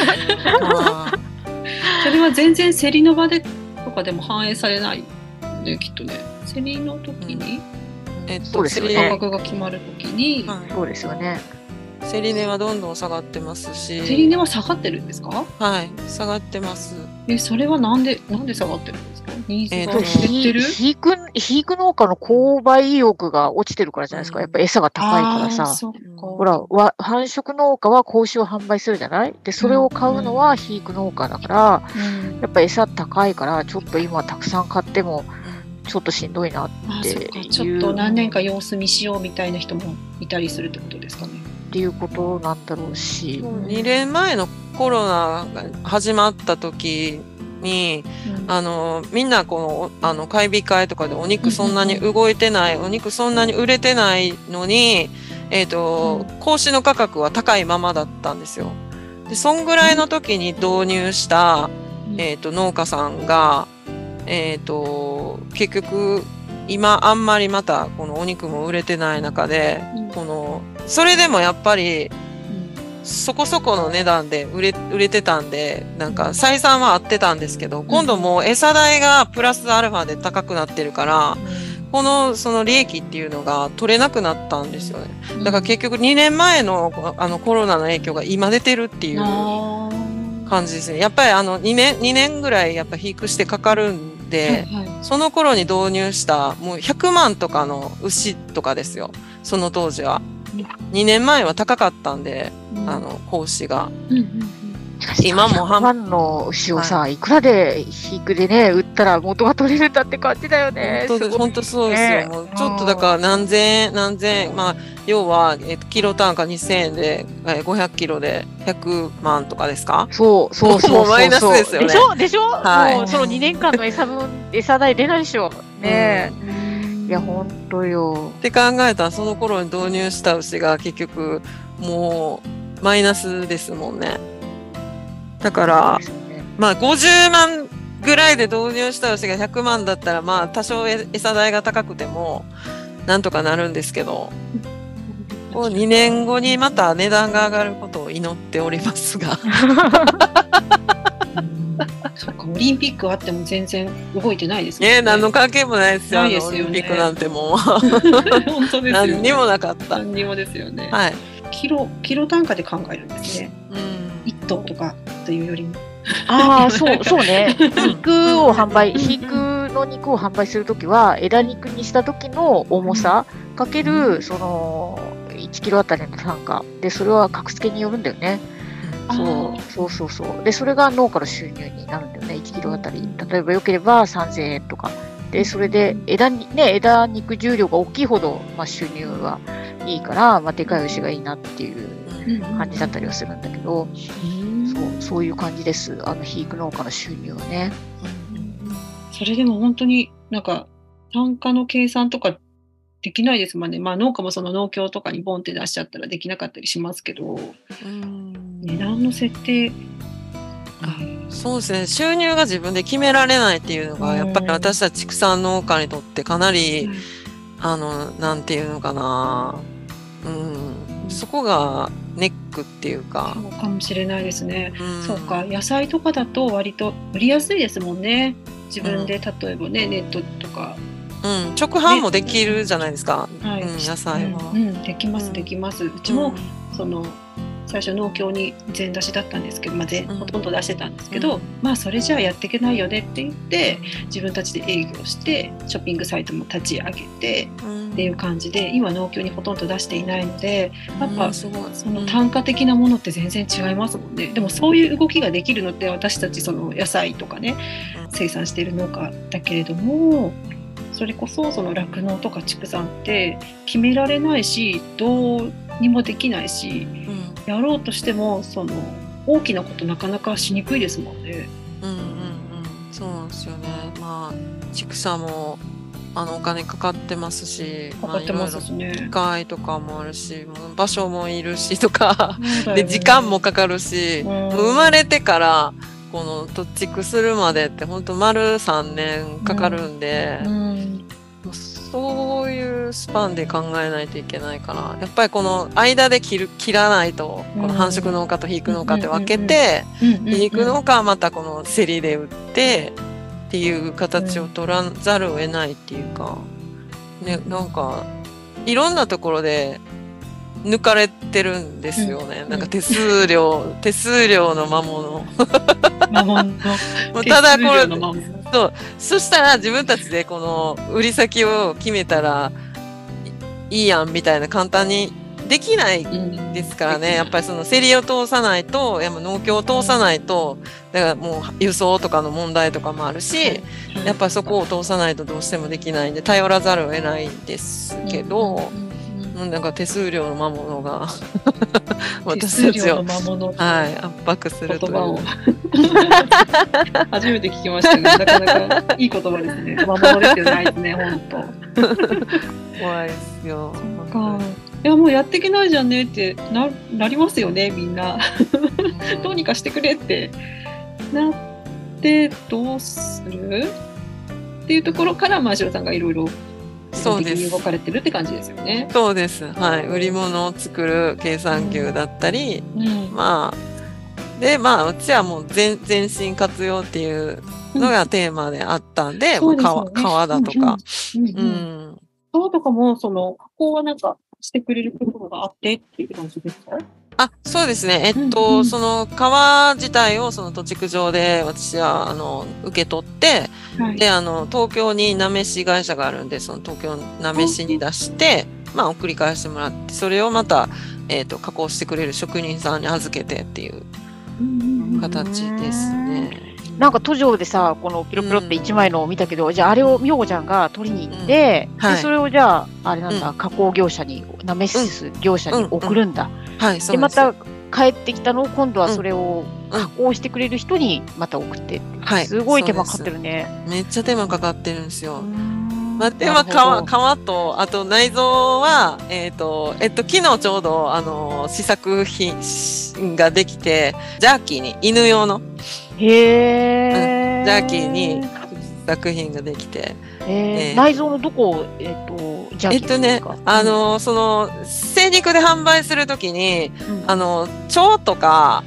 それは全然競りの場でとかでも反映されないで、きっとね。競りの時に、 そうですよね。 価格が決まる時に、 そうですよね。 競り値はどんどん下がってますし。 競り値は下がってるんですか？ はい、下がってます。 それはなんで下がってるんですか？ニーズが減ってる？ 肥育農家の購買意欲が落ちてるからじゃないですか。やっぱ餌が高いからさ。ほら、繁殖農家は子牛を販売するじゃない？で、それを買うのは肥育農家だから、やっぱ餌高いから、ちょっと今たくさん買っても、ちょっとしんどいなっていう。 ちょっと何年か様子見しようみたいな人もいたりするってことですかね。 っていうことなんだろうし。 2年前のコロナが始まった時に、みんな買い控えとかでお肉そんなに動いてない、お肉そんなに売れてないのに、子牛の価格は高いままだったんですよ。で、そんぐらいの時に導入した、農家さんが、結局、今あんまりまたこのお肉も売れてない中で、それでもやっぱり、そこそこの値段で売れてたんで、なんか採算は合ってたんですけど、今度もう餌代がプラスアルファで高くなってるから、その利益っていうのが取れなくなったんですよね。だから結局2年前のコロナの影響が今出てるっていう感じですね。やっぱり2年ぐらいやっぱ肥育してかかるんで、その頃に導入したもう100万とかの牛とかですよ。その当時は。2年前は高かったんで、子牛が。今も 100万の牛をさ、いくらで肥育でね、売ったら元が取れるんだって感じだよね。 本当そうですよ。もうちょっとだから何千円、要は、キロ単価2000円で、500キロで100万とかですか？ そう。 もうマイナスですよね。 でしょ、はい、もうその2年間の餌代出ないでしょ。ねいや、ほんとよ。 って考えたら、その頃に導入した牛が結局、もう、マイナスですもんね。だから、50万ぐらいで導入した牛が100万だったら、多少餌代が高くても、なんとかなるんですけど、 こう2年後にまた値段が上がることを祈っておりますが。 そうか、オリンピックあっても全然動いてないですね。 何の関係もないですよ。 ないですよね。 オリンピックなんてもう本当ですよね。 何にもなかった。 何にもですよね。 はい。 キロ単価で考えるんですね。1頭とかというよりも。 ああ、そうね。肉の肉を販売するときは、枝肉にした時の重さかける、その、1キロあたりの単価。で、それは格付けによるんだよね。そう。で、それが農家の収入になるんだよね、1キロあたり。例えば良ければ3000円とか。で、それで枝肉重量が大きいほど、収入はいいから、でかい牛がいいなっていう感じだったりはするんだけど、そういう感じです。肥育農家の収入はね。 それでも本当になんか単価の計算とかできないですもんね。農家もその農協とかにボンって出しちゃったらできなかったりしますけど、値段の設定、 そうですね。収入が自分で決められないっていうのが、やっぱり私たち畜産農家にとってかなり、なんていうのかな、そこがネックっていうか。 そうかもしれないですね。そうか、野菜とかだと割と売りやすいですもんね。自分で例えばね、ネットとか。 直販もできるじゃないですか。野菜は。 できます。うちもその最初農協に全出しだったんですけど、ほとんど出してたんですけど、それじゃあやっていけないよねって言って自分たちで営業してショッピングサイトも立ち上げてっていう感じで、今農協にほとんど出していないので、やっぱその単価的なものって全然違いますもんね。でもそういう動きができるのって私たちその野菜とかね生産している農家だけれども、それこそその酪農とか畜産って決められないし、どうにもできないし、やろうとしてもその大きなことなかなかしにくいですもんね。 そうなんですよね。畜産もお金かかってますし、 かかってますしね。 機械とかもあるし、場所もいるしとか、で時間もかかるし、生まれてからこの突畜するまでって本当丸3年かかるんで、そういうスパンで考えないといけないから、やっぱりこの間で切らないと、この繁殖農家と肥育農家って分けて、肥育農家はまたこの競りで売ってっていう形を取らざるを得ないっていうか、ね、なんかいろんなところで抜かれてるんですよね。なんか手数料の魔物。ただこれ、そしたら自分たちでこの売り先を決めたらいいやんみたいな簡単にできないですからね。やっぱりその競りを通さないと、農協を通さないと、だからもう輸送とかの問題とかもあるし、やっぱりそこを通さないとどうしてもできないんで頼らざるを得ないんですけど、なんか手数料の魔物が私たちを、圧迫するという。 初めて聞きましたね。なかなかいい言葉ですね。魔物ですよないですね、本当。 怖いですよ。 いやもうやっていけないじゃんねってなりますよね、みんな。どうにかしてくれってなってどうするっていうところから前城さんがいろいろそうです。 動かれてるって感じですよね。 そうです。はい。売り物を作る計算牛だったり、うちはもう全身活用っていうのがテーマであったんで、皮だとか。 皮とかも、その、加工はなんかしてくれるところがあってっていう感じですか？ そうですね。その皮自体をその土地区上で私は受け取って、で東京になめし会社があるんで、その東京なめしに出して、送り返してもらって、それをまた加工してくれる職人さんに預けてっていう形ですね。 なんか途上でさ、このピロピロって1枚のを見たけど、じゃああれを美穂子ちゃんが取りに行って、でそれをじゃああれなんだ、加工業者になめす業者に送るんだ。でまた帰ってきたのを今度はそれを加工してくれる人にまた送って、すごい手間かかってるね。 めっちゃ手間かかってるんですよ。で皮とあと内臓は昨日ちょうど試作品ができて、ジャーキーに犬用のジャーキーに作品ができて。 内臓のどこを、ジャーキーするんですか？ その、精肉で販売するときに、腸とか、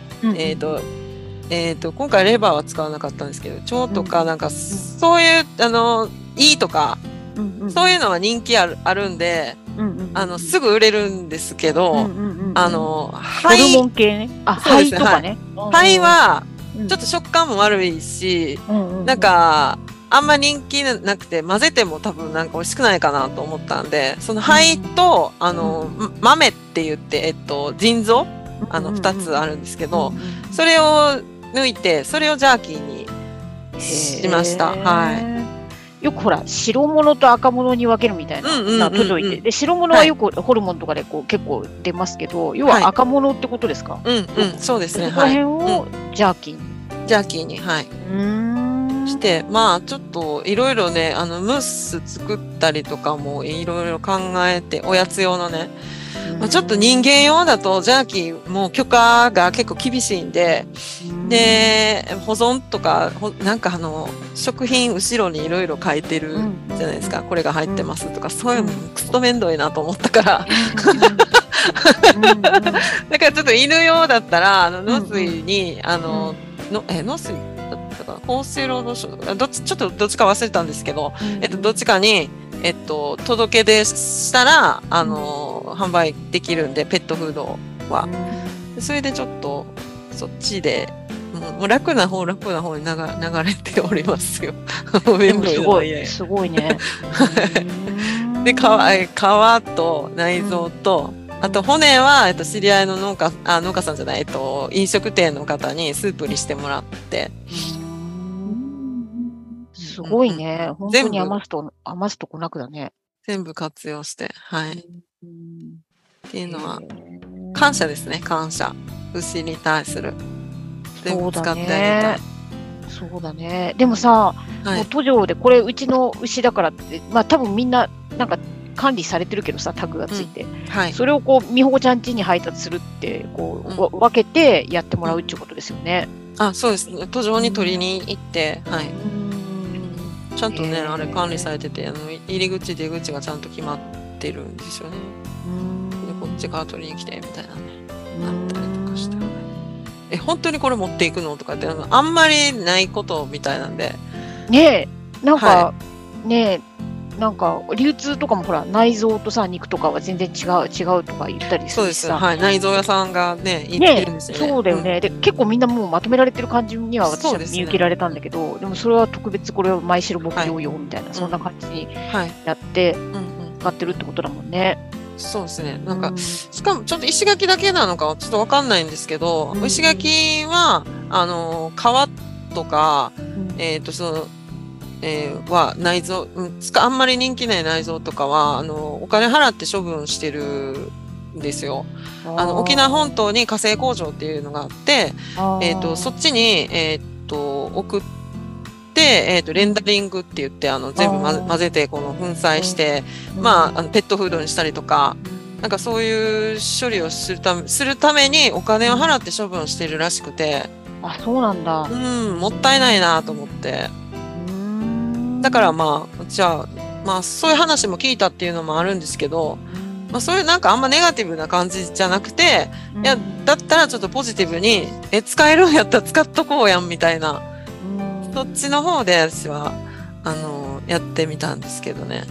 今回レバーは使わなかったんですけど、腸とか、なんか、そういう、胃とか、そういうのは人気あるんで、すぐ売れるんですけど、 ホルモン系ね。肺とかね。 肺は、ちょっと食感も悪いし、なんか、あんま人気なくて、混ぜても多分なんか美味しくないかなと思ったんで、その肺と、豆って言って、腎臓二つあるんですけど、それを抜いて、それをジャーキーにしました。はい。 よくほら、白物と赤物に分けるみたいな、届いて。で、白物はよくホルモンとかでこう結構出ますけど、要は赤物ってことですか？ そうですね。 その辺をジャーキーに。 ジャーキーに、はい。して、まあ、ちょっと、いろいろね、ムース作ったりとかもいろいろ考えて、おやつ用のね、ちょっと人間用だとジャーキーも許可が結構厳しいんで、で、保存とか、なんか食品後ろにいろいろ書いてるじゃないですか。これが入ってますとか、そういうのくっそめんどいなと思ったから。だからちょっと犬用だったら、農水に、農水だったかな、厚生労働省、ちょっとどっちか忘れたんですけど、どっちかに、届け出したら、販売できるんで、ペットフードは。それでちょっと、そっちで、もう楽な方に流れておりますよ。 すごいね。 で、皮と内臓と、あと骨は、知り合いの農家さんじゃない、飲食店の方にスープにしてもらって。 すごいね。本当に余すとこなくだね。 全部活用して、はい。っていうのは、感謝ですね、感謝。牛に対する。全部使ってあげたい。 そうだね。でもさ、もう途上で、これうちの牛だからって、まあ多分みんな、なんか管理されてるけどさ、タグがついて。それをこう、美穂ちゃん家に配達するって、こう、分けてやってもらうっていうことですよね。 そうですね。途上に取りに行って、はい。ちゃんとね、あれ管理されてて、入り口出口がちゃんと決まってるんですよね。で、こっちから取りに来て、みたいなね。なったりとかして。本当にこれ持っていくのとかって、あんまりないことみたいなんで。 ねえ、なんか、なんか、流通とかもほら、内臓とさ、肉とかは全然違うとか言ったりするしさ。 そうです。はい。内臓屋さんがね、言ってるんですよね。 そうだよね。で、結構みんなもうまとめられてる感じには私は見受けられたんだけど、でもそれは特別これは前白牧場用みたいな、そんな感じにやって、使ってるってことだもんね。 そうですね。なんか、しかもちょっと石垣だけなのかちょっとわかんないんですけど、石垣は、皮とか、は内臓、あんまり人気ない内臓とかは、お金払って処分してるんですよ。沖縄本島に化成工場っていうのがあって、そっちに、送って、レンダリングって言って、全部混ぜて、粉砕して、まあ、ペットフードにしたりとか、なんかそういう処理をするためにお金を払って処分してるらしくて。 そうなんだ。 もったいないなと思って。だからまあ、じゃあ、まあそういう話も聞いたっていうのもあるんですけど、まあそういうなんかあんまネガティブな感じじゃなくて、いや、だったらちょっとポジティブに、使えるんやったら使っとこうやんみたいな、そっちの方で私は、やってみたんですけどね。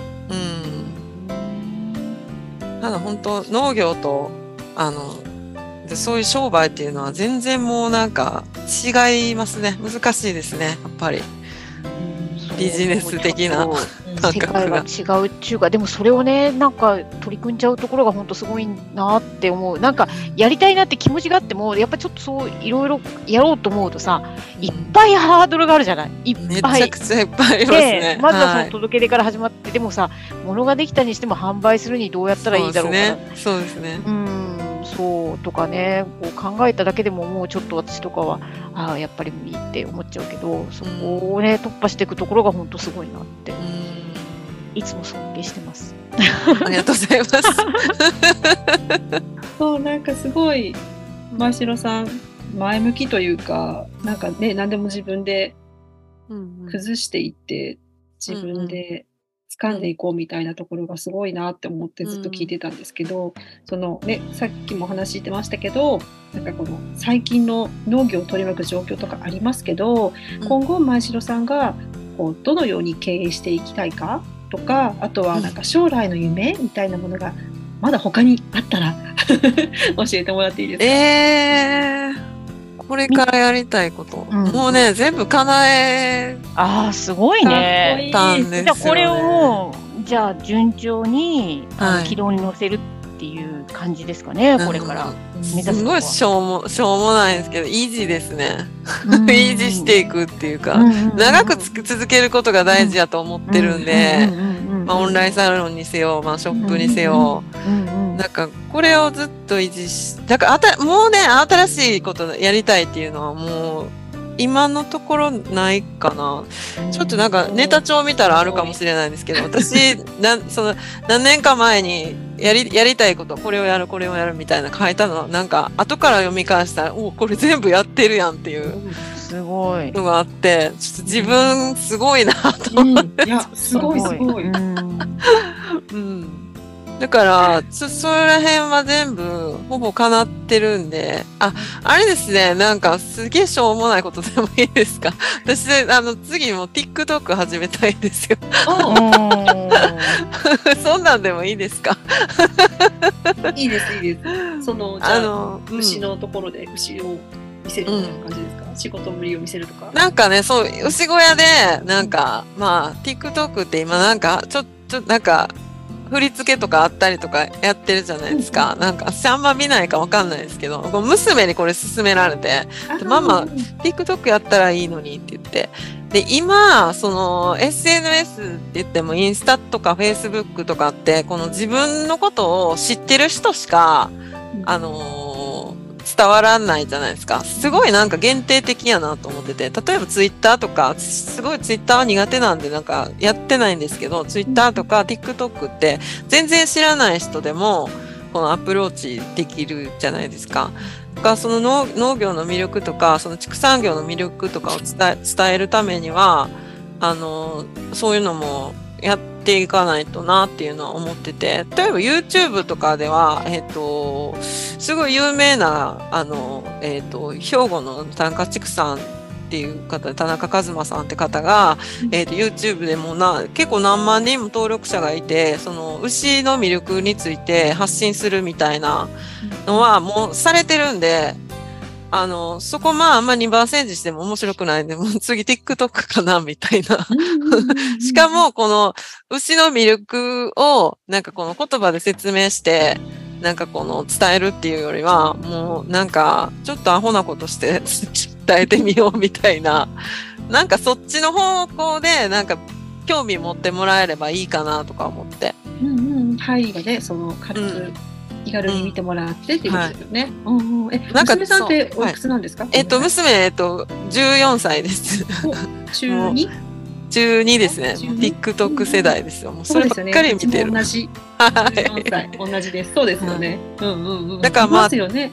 ただ本当農業と、そういう商売っていうのは全然もうなんか違いますね。難しいですね、やっぱり。ビジネス的な世界が違うっていうか、でもそれをね、なんか取り組んじゃうところが本当すごいなって思う。なんかやりたいなって気持ちがあっても、やっぱちょっとそういろいろやろうと思うとさ、いっぱいハードルがあるじゃない。 めちゃくちゃいっぱいありますね。 まずはその届け出から始まって、でもさ、物ができたにしても販売するにどうやったらいいだろうかな。 そうですね。 そうとかね、こう考えただけでももうちょっと私とかはやっぱりいいって思っちゃうけど、そこをね突破していくところが本当すごいなっていつも尊敬してます。 ありがとうございます。 そう、なんかすごい前城さん前向きというか、なんかね、何でも自分で崩していって自分で掴んでいこうみたいなところがすごいなって思ってずっと聞いてたんですけど、そのね、さっきも話してましたけど、なんかこの最近の農業を取り巻く状況とかありますけど、今後前城さんがこうどのように経営していきたいかとか、あとはなんか将来の夢みたいなものがまだ他にあったら教えてもらっていいですか？ これからやりたいこと。もうね、全部叶えすごいね。 たんですよね。 じゃあこれをもう、じゃあ順調に軌道に乗せるっていう感じですかね、これから目指す。 すごいしょうもないんですけど、維持ですね。維持していくっていうか、長く続けることが大事だと思ってるんで、オンラインサロンにせよ、ショップにせよ、なんかこれをずっと維持し、だからもうね、新しいことやりたいっていうのはもう今のところないかな。ちょっとなんかネタ帳見たらあるかもしれないんですけど、私その何年か前にやりたいこと、これをやるみたいな書いたのは、なんか後から読み返したら、これ全部やってるやんっていうすごいのがあって、ちょっと自分すごいなと思って、 いやすごいすごい。 だから、そら辺は全部、ほぼ叶ってるんで、あれですね、なんか、すげえしょうもないことでもいいですか？私、次も TikTok 始めたいんですよ。そんなんでもいいですか？ いいです、いいです。じゃあ、牛のところで牛を見せるみたいな感じですか？仕事ぶりを見せるとか。なんかね、 そう、牛小屋で、なんか、TikTok って今なんか、なんか、振り付けとかあったりとかやってるじゃないですか。なんか、私あんま見ないかわかんないですけど、娘にこれ勧められて、ママ、TikTok やったらいいのにって言って。で、今、SNS って言ってもインスタとか Facebook とかって、この自分のことを知ってる人しか、伝わらないじゃないですか。すごいなんか限定的やなと思ってて、例えばツイッターとか、すごいツイッターは苦手なんでなんかやってないんですけど、ツイッターとか TikTok って全然知らない人でもこのアプローチできるじゃないですか。だからその農業の魅力とか、その畜産業の魅力とかを伝えるためには、そういうのもやっていかないとなっていうのは思ってて、例えば YouTube とかでは、すごい有名な、兵庫の田中畜産っていう方、田中和馬さんって方が、YouTube でも結構何万人も登録者がいて、その牛の魅力について発信するみたいなのはもうされてるんで、そこあんま2番煎じしても面白くないんで、もう次 TikTok かなみたいな。しかも、この牛の魅力を、なんかこの言葉で説明して、なんかこの伝えるっていうよりは、もうなんか、ちょっとアホなことして伝えてみようみたいな。なんかそっちの方向で、なんか興味持ってもらえればいいかなとか思って。 はいがね、軽く。気軽に見てもらってっていうことですよね。娘さんっておいくつなんですか？ 娘、14歳です。 中 2？ 中2ですね。TikTok 世代ですよ。もうそればっかり見てる。 同じ。14歳。同じです。そうですよね。 だからテー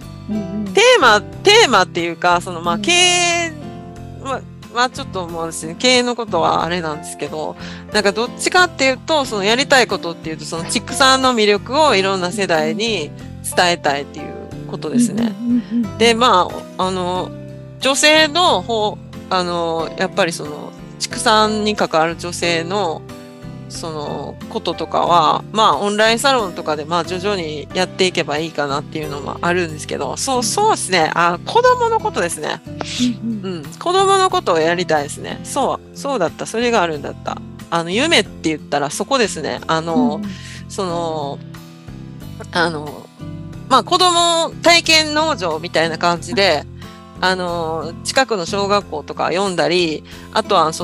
マっていうか、経営ちょっともう経営のことはあれなんですけど、なんかどっちかっていうと、やりたいことっていうと、畜産の魅力をいろんな世代に伝えたいっていうことですね。で、女性のやっぱり畜産に関わる女性のこととかは、オンラインサロンとかで徐々にやっていけばいいかなっていうのもあるんですけど、そうですね。子供のことですね。子供のことをやりたいですね。そうだった。それがあるんだった。夢って言ったらそこですね。子供体験農場みたいな感じで、近くの小学校とか読んだり、あとは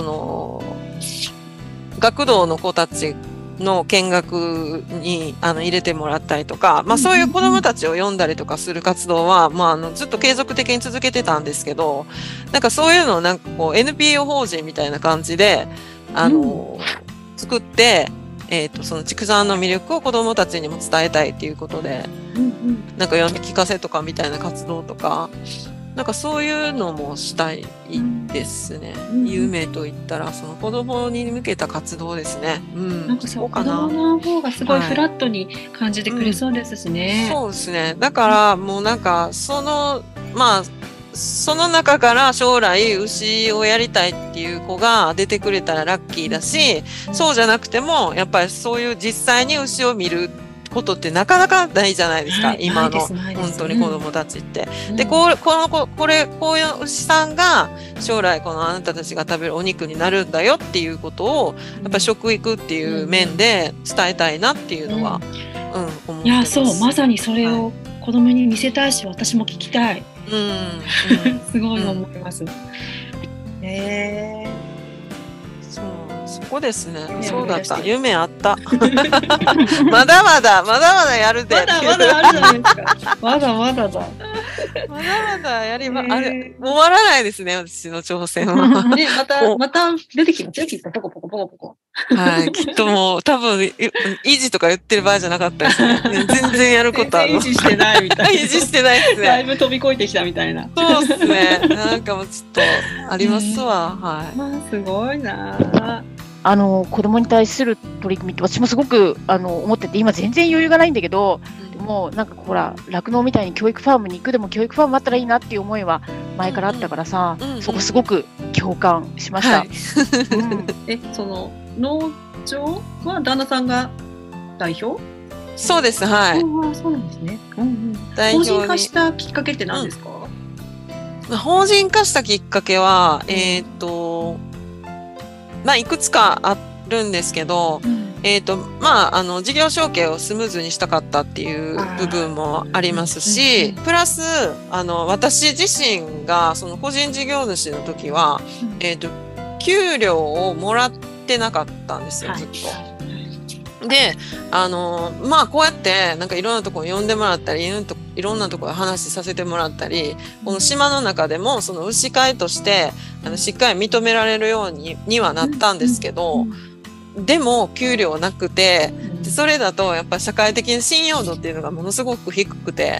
学童の子たちの見学に入れてもらったりとか、そういう子どもたちを読んだりとかする活動は、ずっと継続的に続けてたんですけど、なんかそういうのをなんかこう NPO 法人みたいな感じで作って、その畜産の魅力を子どもたちにも伝えたいということで、なんか読み聞かせとかみたいな活動とかなんかそういうのもしたいですね。 うん夢といったら、その子供に向けた活動ですね。 なんかそう、子供の方がすごいフラットに感じてくれそうですしね。 そうですね。だからもうなんか、まあ、その中から将来牛をやりたいっていう子が出てくれたらラッキーだし、そうじゃなくても、やっぱりそういう実際に牛を見ることってなかなかないじゃないですか、今の本当に子供たちって。で、こういう牛さんが将来このあなたたちが食べるお肉になるんだよっていうことを、やっぱり食育っていう面で伝えたいなっていうのは、思ってます。 いや、そう、まさにそれを子供に見せたいし、私も聞きたい。すごい思います。 そこですね。そうだった。夢あった。まだまだやるで。 まだまだあるじゃないですか。まだまだだ。 まだまだやり終わらないですね、私の挑戦は。 ね、また出てきますよ、きっと。ポコポコポコポコ。 はい、きっともう多分、維持とか言ってる場合じゃなかったですね。全然やることある。 維持してないみたいな。 維持してないですね。 だいぶ飛び越えてきたみたいな。 そうですね。なんかもうちょっとありますわ。はい。 まあ、すごいな。 子供に対する取り組みって私もすごく思ってて、今全然余裕がないんだけど、でもなんかほら酪農みたいに教育ファームに行くでも教育ファームあったらいいなっていう思いは前からあったからさ、そこすごく共感しました。 その農場は旦那さんが代表？ そうです、はい。 そうなんですね。法人化したきっかけって何ですか？ 法人化したきっかけは、いくつかあるんですけど、事業承継をスムーズにしたかったっていう部分もありますし、プラス、私自身が、その個人事業主の時は、給料をもらってなかったんですよ、ずっと。で、こうやって、なんかいろんなところに呼んでもらったり、いろんなところで話させてもらったり、この島の中でも、その牛飼いとして、しっかり認められるようにはなったんですけど、でも、給料なくて、それだと、やっぱり社会的な信用度っていうのがものすごく低くて、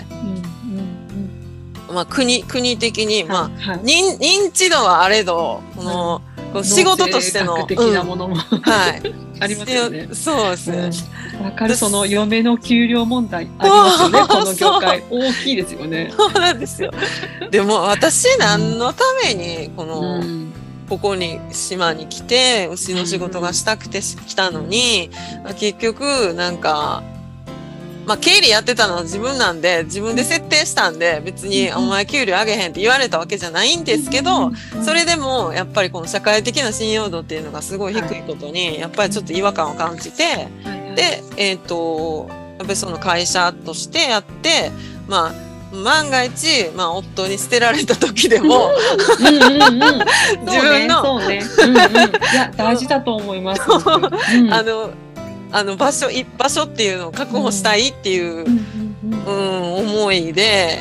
国的に、認知度はあれど、仕事としての的なものも、ありますよね。 そうですね。 わかる、その嫁の給料問題ありますよね。この業界大きいですよね。 そうなんですよ。でも私何のためにここに島に来て牛の仕事がしたくて来たのに、結局なんか。経理やってたのは自分なんで、自分で設定したんで、別にお前給料上げへんって言われたわけじゃないんですけど、それでもやっぱりこの社会的な信用度っていうのがすごい低いことに、やっぱりちょっと違和感を感じて、で、やっぱりその会社としてやって、万が一、夫に捨てられた時でも、自分の、 いや、大事だと思います。 場所っていうのを確保したいっていう思いで、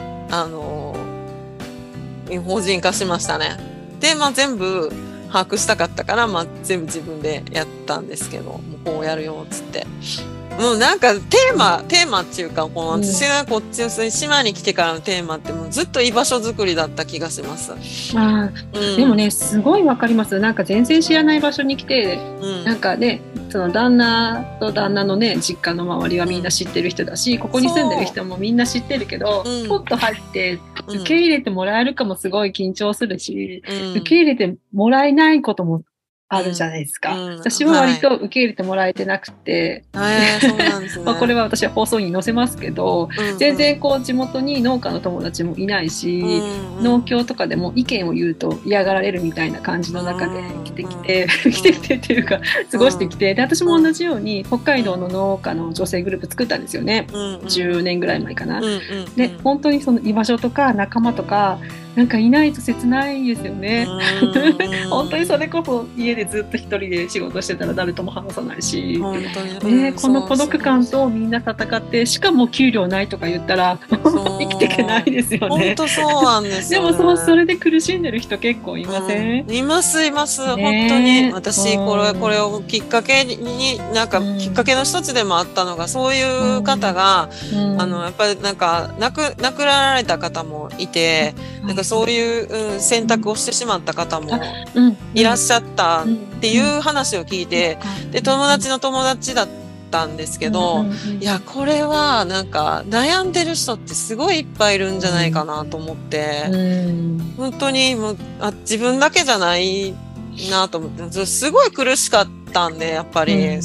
法人化しましたね。で、全部把握したかったから、全部自分でやったんですけど、もうこうやるよ、つって。もうなんかテーマっていうか、私がこっちの島に来てからのテーマってもうずっと居場所づくりだった気がします。 でもね、すごいわかります。なんか全然知らない場所に来て、なんかね、その旦那と旦那のね、実家の周りはみんな知ってる人だし、ここに住んでる人もみんな知ってるけど、ポッと入って受け入れてもらえるかもすごい緊張するし、受け入れてもらえないこともあるじゃないですか。私は割と受け入れてもらえてなくて、 そうなんですね。 これは私は放送に載せますけど、全然地元に農家の友達もいないし、農協とかでも意見を言うと嫌がられるみたいな感じの中で来てきてっていうか過ごしてきて、で私も同じように北海道の農家の女性グループ作ったんですよね。10年ぐらい前かな。で本当にその居場所とか仲間とかなんかいないと切ないですよね。本当にそれこそ家でずっと一人で仕事してたら誰とも話さないし、この孤独感とみんな戦って、しかも給料ないとか言ったら生きていけないですよね。 本当そうなんですよね。 でもそれで苦しんでる人結構いません？ います。本当に私これをきっかけになんかきっかけの一つでもあったのが、そういう方がやっぱりなんか亡くなられた方もいて、なんかかそういう、選択をしてしまった方もいらっしゃったっていう話を聞いて、で、友達の友達だったんですけど、いや、これはなんか悩んでる人ってすごいいっぱいいるんじゃないかなと思って、本当にもう自分だけじゃないなと思って、すごい苦しかったんで、やっぱり、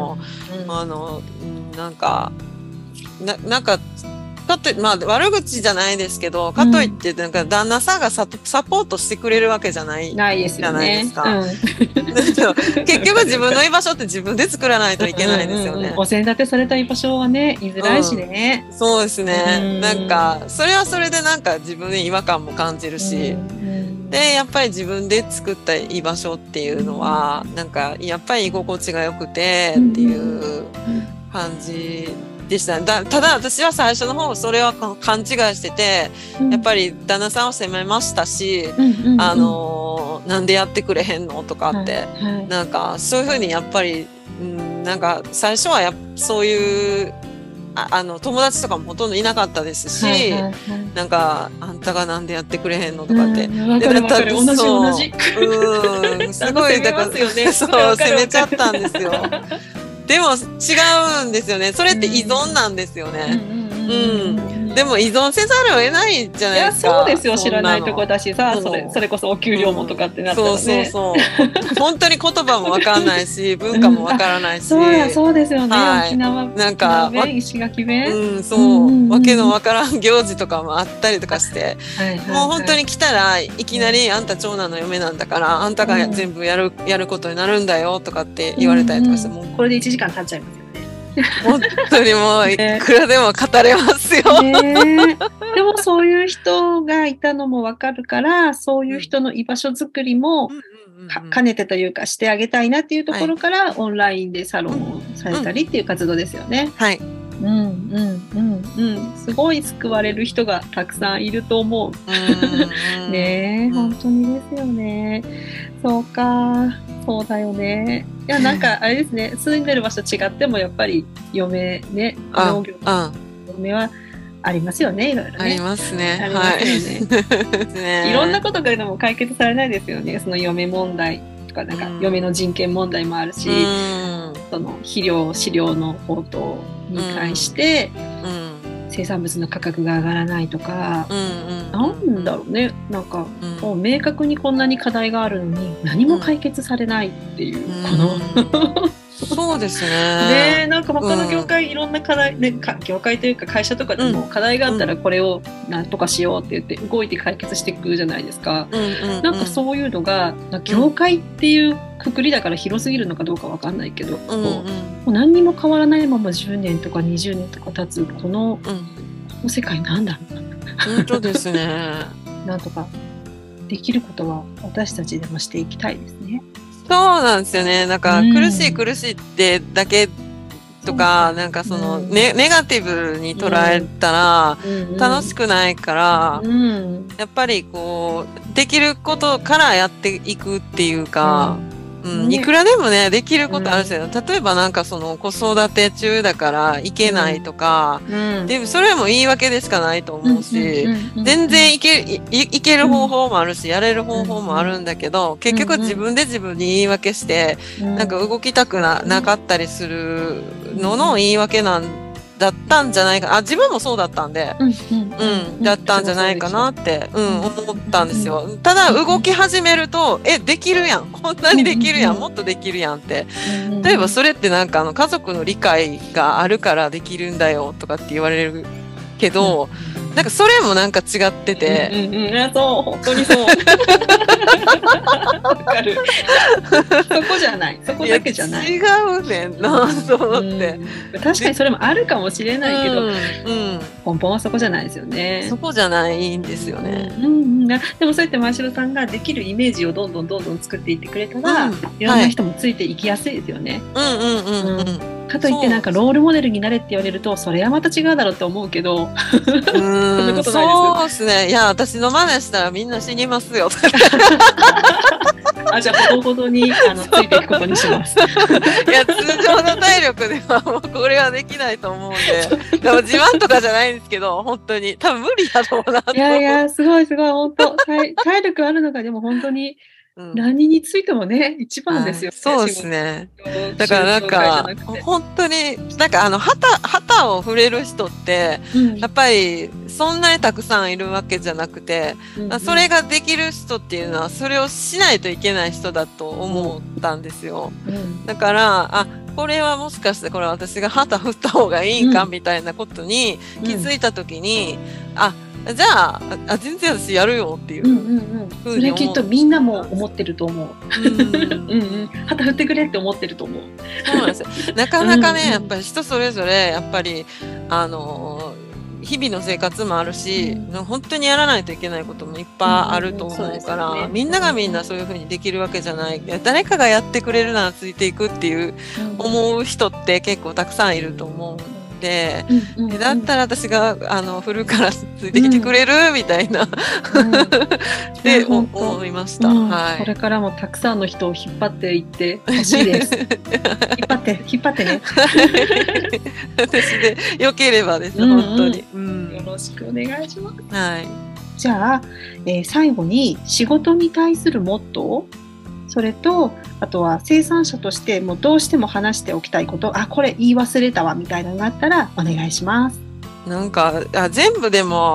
なんか、まあ、悪口じゃないですけど、かといって、なんか、旦那さんがサポートしてくれるわけじゃないじゃないですか。結局自分の居場所って自分で作らないといけないですよね。 お膳立てされた居場所はね、居づらいしね。 そうですね。なんか、それはそれでなんか自分で違和感も感じるし、で、やっぱり自分で作った居場所っていうのは、なんか、やっぱり居心地が良くてっていう感じでしたね。ただ私は最初の方それは勘違いしてて、やっぱり旦那さんを責めましたし、なんでやってくれへんのとかって、なんかそういうふうにやっぱり、なんか最初はそういう友達とかもほとんどいなかったですし、なんかあんたがなんでやってくれへんのとかって、 同じすごいだからそう責めちゃったんですよ。でも違うんですよね。それって依存なんですよね。でも依存せざるを得ないじゃないですか。 いや、そうですよ。知らないとこだしさ、それこそお給料もとかってなったらね。 そう。本当に言葉もわかんないし、文化もわからないし。 そうですよね。沖縄なんか弁、石垣弁。 わけのわからん行事とかもあったりとかして、もう本当に来たらいきなりあんた長男の嫁なんだから、あんたが全部やることになるんだよとかって言われたりとかして、もうこれで1時間経っちゃいますよ。 本当にもういくらでも語れますよ。 でもそういう人がいたのもわかるから、そういう人の居場所づくりも兼ねてというかしてあげたいなっていうところから、オンラインでサロンをされたりっていう活動ですよね。 はい。 すごい救われる人がたくさんいると思う。ねえ、本当にですよね。そうか。そうだよね。いや、なんかあれですね、住んでる場所違ってもやっぱり農業の嫁はありますよね、いろいろね。 ありますね。 ありますよね。いろんなことがでも解決されないですよね。その嫁問題とか、なんか嫁の人権問題もあるし、その飼料の高騰に対して、生産物の価格が上がらないとか、なんだろうね、なんか、もう明確にこんなに課題があるのに何も解決されないっていう、このそうですね。 なんか他の業界、いろんな課題、業界というか会社とかでも課題があったらこれをなんとかしようって言って動いて解決していくじゃないですか。なんかそういうのが業界っていうくくりだから広すぎるのかどうかわかんないけど、もう何にも変わらないまま10年とか20年とか経つこの世界なんだろうな。 本当ですね。 なんとかできることは私たちでもしていきたいですね。 そうなんですよね。なんか苦しいってだけとか、なんかそのネガティブに捉えたら楽しくないから、やっぱりこうできることからやっていくっていうか、いくらでもねできることあるんですよ。例えばなんかその子育て中だから行けないとか、でもそれも言い訳でしかないと思うし、全然いける方法もあるし、やれる方法もあるんだけど、結局自分で自分に言い訳して、なんか動きたくなかったりするのの言い訳だったんじゃないか。自分もそうだったんで、だったんじゃないかなって、思ったんですよ。ただ動き始めると、できるやん。こんなにできるやん。もっとできるやんって。例えばそれってなんか家族の理解があるからできるんだよとかって言われるけど、なんかそれもなんか違ってて。 そう、本当にそう。わかる。そこじゃない。そこだけじゃない。 違うねんな、と思って。 確かにそれもあるかもしれないけど、根本はそこじゃないですよね。 そこじゃないんですよね。 でもそうやって前城さんができるイメージをどんどん作っていってくれたら、いろんな人もついていきやすいですよね。かといってなんかロールモデルになれって言われると、それはまた違うだろうと思うけど、 そうですね。いや、私の真似したらみんな死にますよ。 じゃあほどほどについていくことにします。 いや、通常の体力ではもうこれはできないと思うんで、でも自慢とかじゃないんですけど、本当に多分無理だろうなと。 いやいや、すごいすごい、本当体力あるのが、でも本当に何についてもね、一番ですよね。 そうですね。だからなんか、本当に、なんか旗を振れる人って、やっぱりそんなにたくさんいるわけじゃなくて、それができる人っていうのは、それをしないといけない人だと思ったんですよ。だから、これはもしかしてこれ私が旗振った方がいいんかみたいなことに気づいたときに、じゃあ全然私やるよっていうそれきっとみんなも思ってると思う。旗振ってくれって思ってると思う。 そうなんですよ。なかなかね、やっぱり人それぞれやっぱり日々の生活もあるし、本当にやらないといけないこともいっぱいあると思うから、みんながみんなそういうふうにできるわけじゃない。誰かがやってくれるならついていくっていう思う人って結構たくさんいると思う。だったら私が振るからついてきてくれるみたいなって思いました。 これからもたくさんの人を引っ張っていってほしいです。引っ張ってね。 私で良ければです、本当に。 よろしくお願いします。 はい。 じゃあ、最後に仕事に対するモットー、それとあとは生産者としてもうどうしても話しておきたいこと、これ言い忘れたわみたいなのがあったらお願いします。 なんか全部でも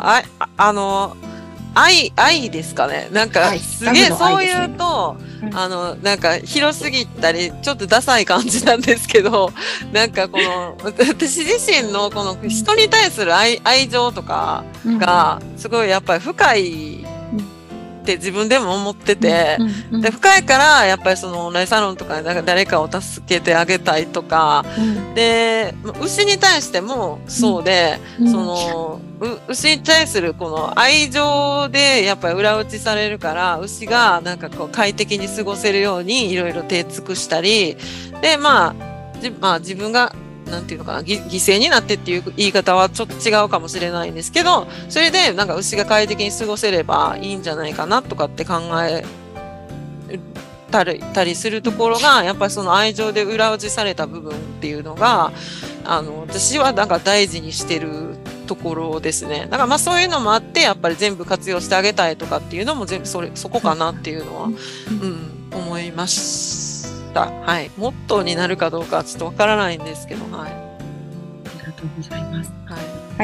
愛ですかね。なんかすげえそう言うとなんか広すぎたりちょっとダサい感じなんですけど、なんかこの私自身のこの人に対する愛情とかがすごいやっぱり深いって自分でも思ってて、で深いからやっぱりそのオンラインサロンとかで誰かを助けてあげたいとか、で牛に対してもそうで、その牛に対するこの愛情でやっぱり裏打ちされるから、牛がなんかこう快適に過ごせるようにいろいろ手尽くしたりで、自分がなんていうのかな、犠牲になってっていう言い方はちょっと違うかもしれないんですけど、それでなんか牛が快適に過ごせればいいんじゃないかなとかって考えたりするところが、やっぱりその愛情で裏打ちされた部分っていうのが私はなんか大事にしてるところですね。だからそういうのもあって、やっぱり全部活用してあげたいとかっていうのも全部そこかなっていうのは、思いました。はい、モットーになるかどうかはちょっとわからないんですけど、はい。 ありがとうございます。はい。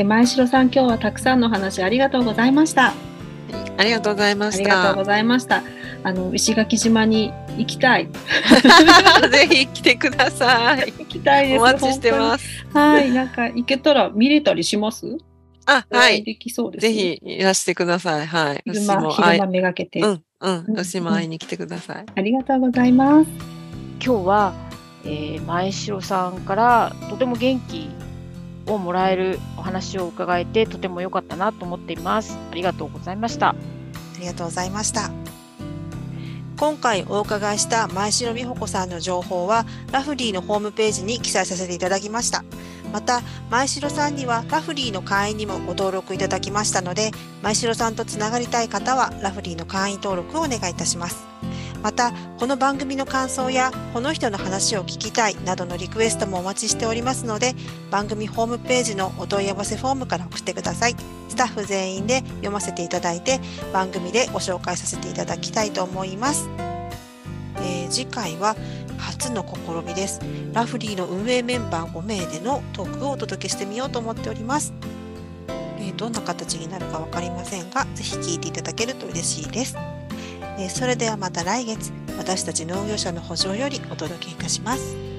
前城さん、今日はたくさんの話ありがとうございました。 ありがとうございました。 ありがとうございました。石垣島に行きたい。 ぜひ来てください。 行きたいです。 お待ちしてます。 はい、なんか行けたら見れたりします？ はい。 できそうです。 ぜひいらしてください。はい。 昼間めがけて。 牛も会いに来てください。 ありがとうございます。 今日は、前城さんからとても元気をもらえるお話を伺えてとても良かったなと思っています。ありがとうございました。 ありがとうございました。今回お伺いした前城美穂子さんの情報はラフリーのホームページに記載させていただきました。また前城さんにはラフリーの会員にもご登録いただきましたので、前城さんとつながりたい方はラフリーの会員登録をお願いいたします。またこの番組の感想やこの人の話を聞きたいなどのリクエストもお待ちしておりますので、番組ホームページのお問い合わせフォームから送ってください。スタッフ全員で読ませていただいて番組でご紹介させていただきたいと思います。次回は初の試みです。ラフリーの運営メンバー5名でのトークをお届けしてみようと思っております。どんな形になるか分かりませんが、ぜひ聞いていただけると嬉しいです。それではまた来月、私たち農業者の補助よりお届けいたします。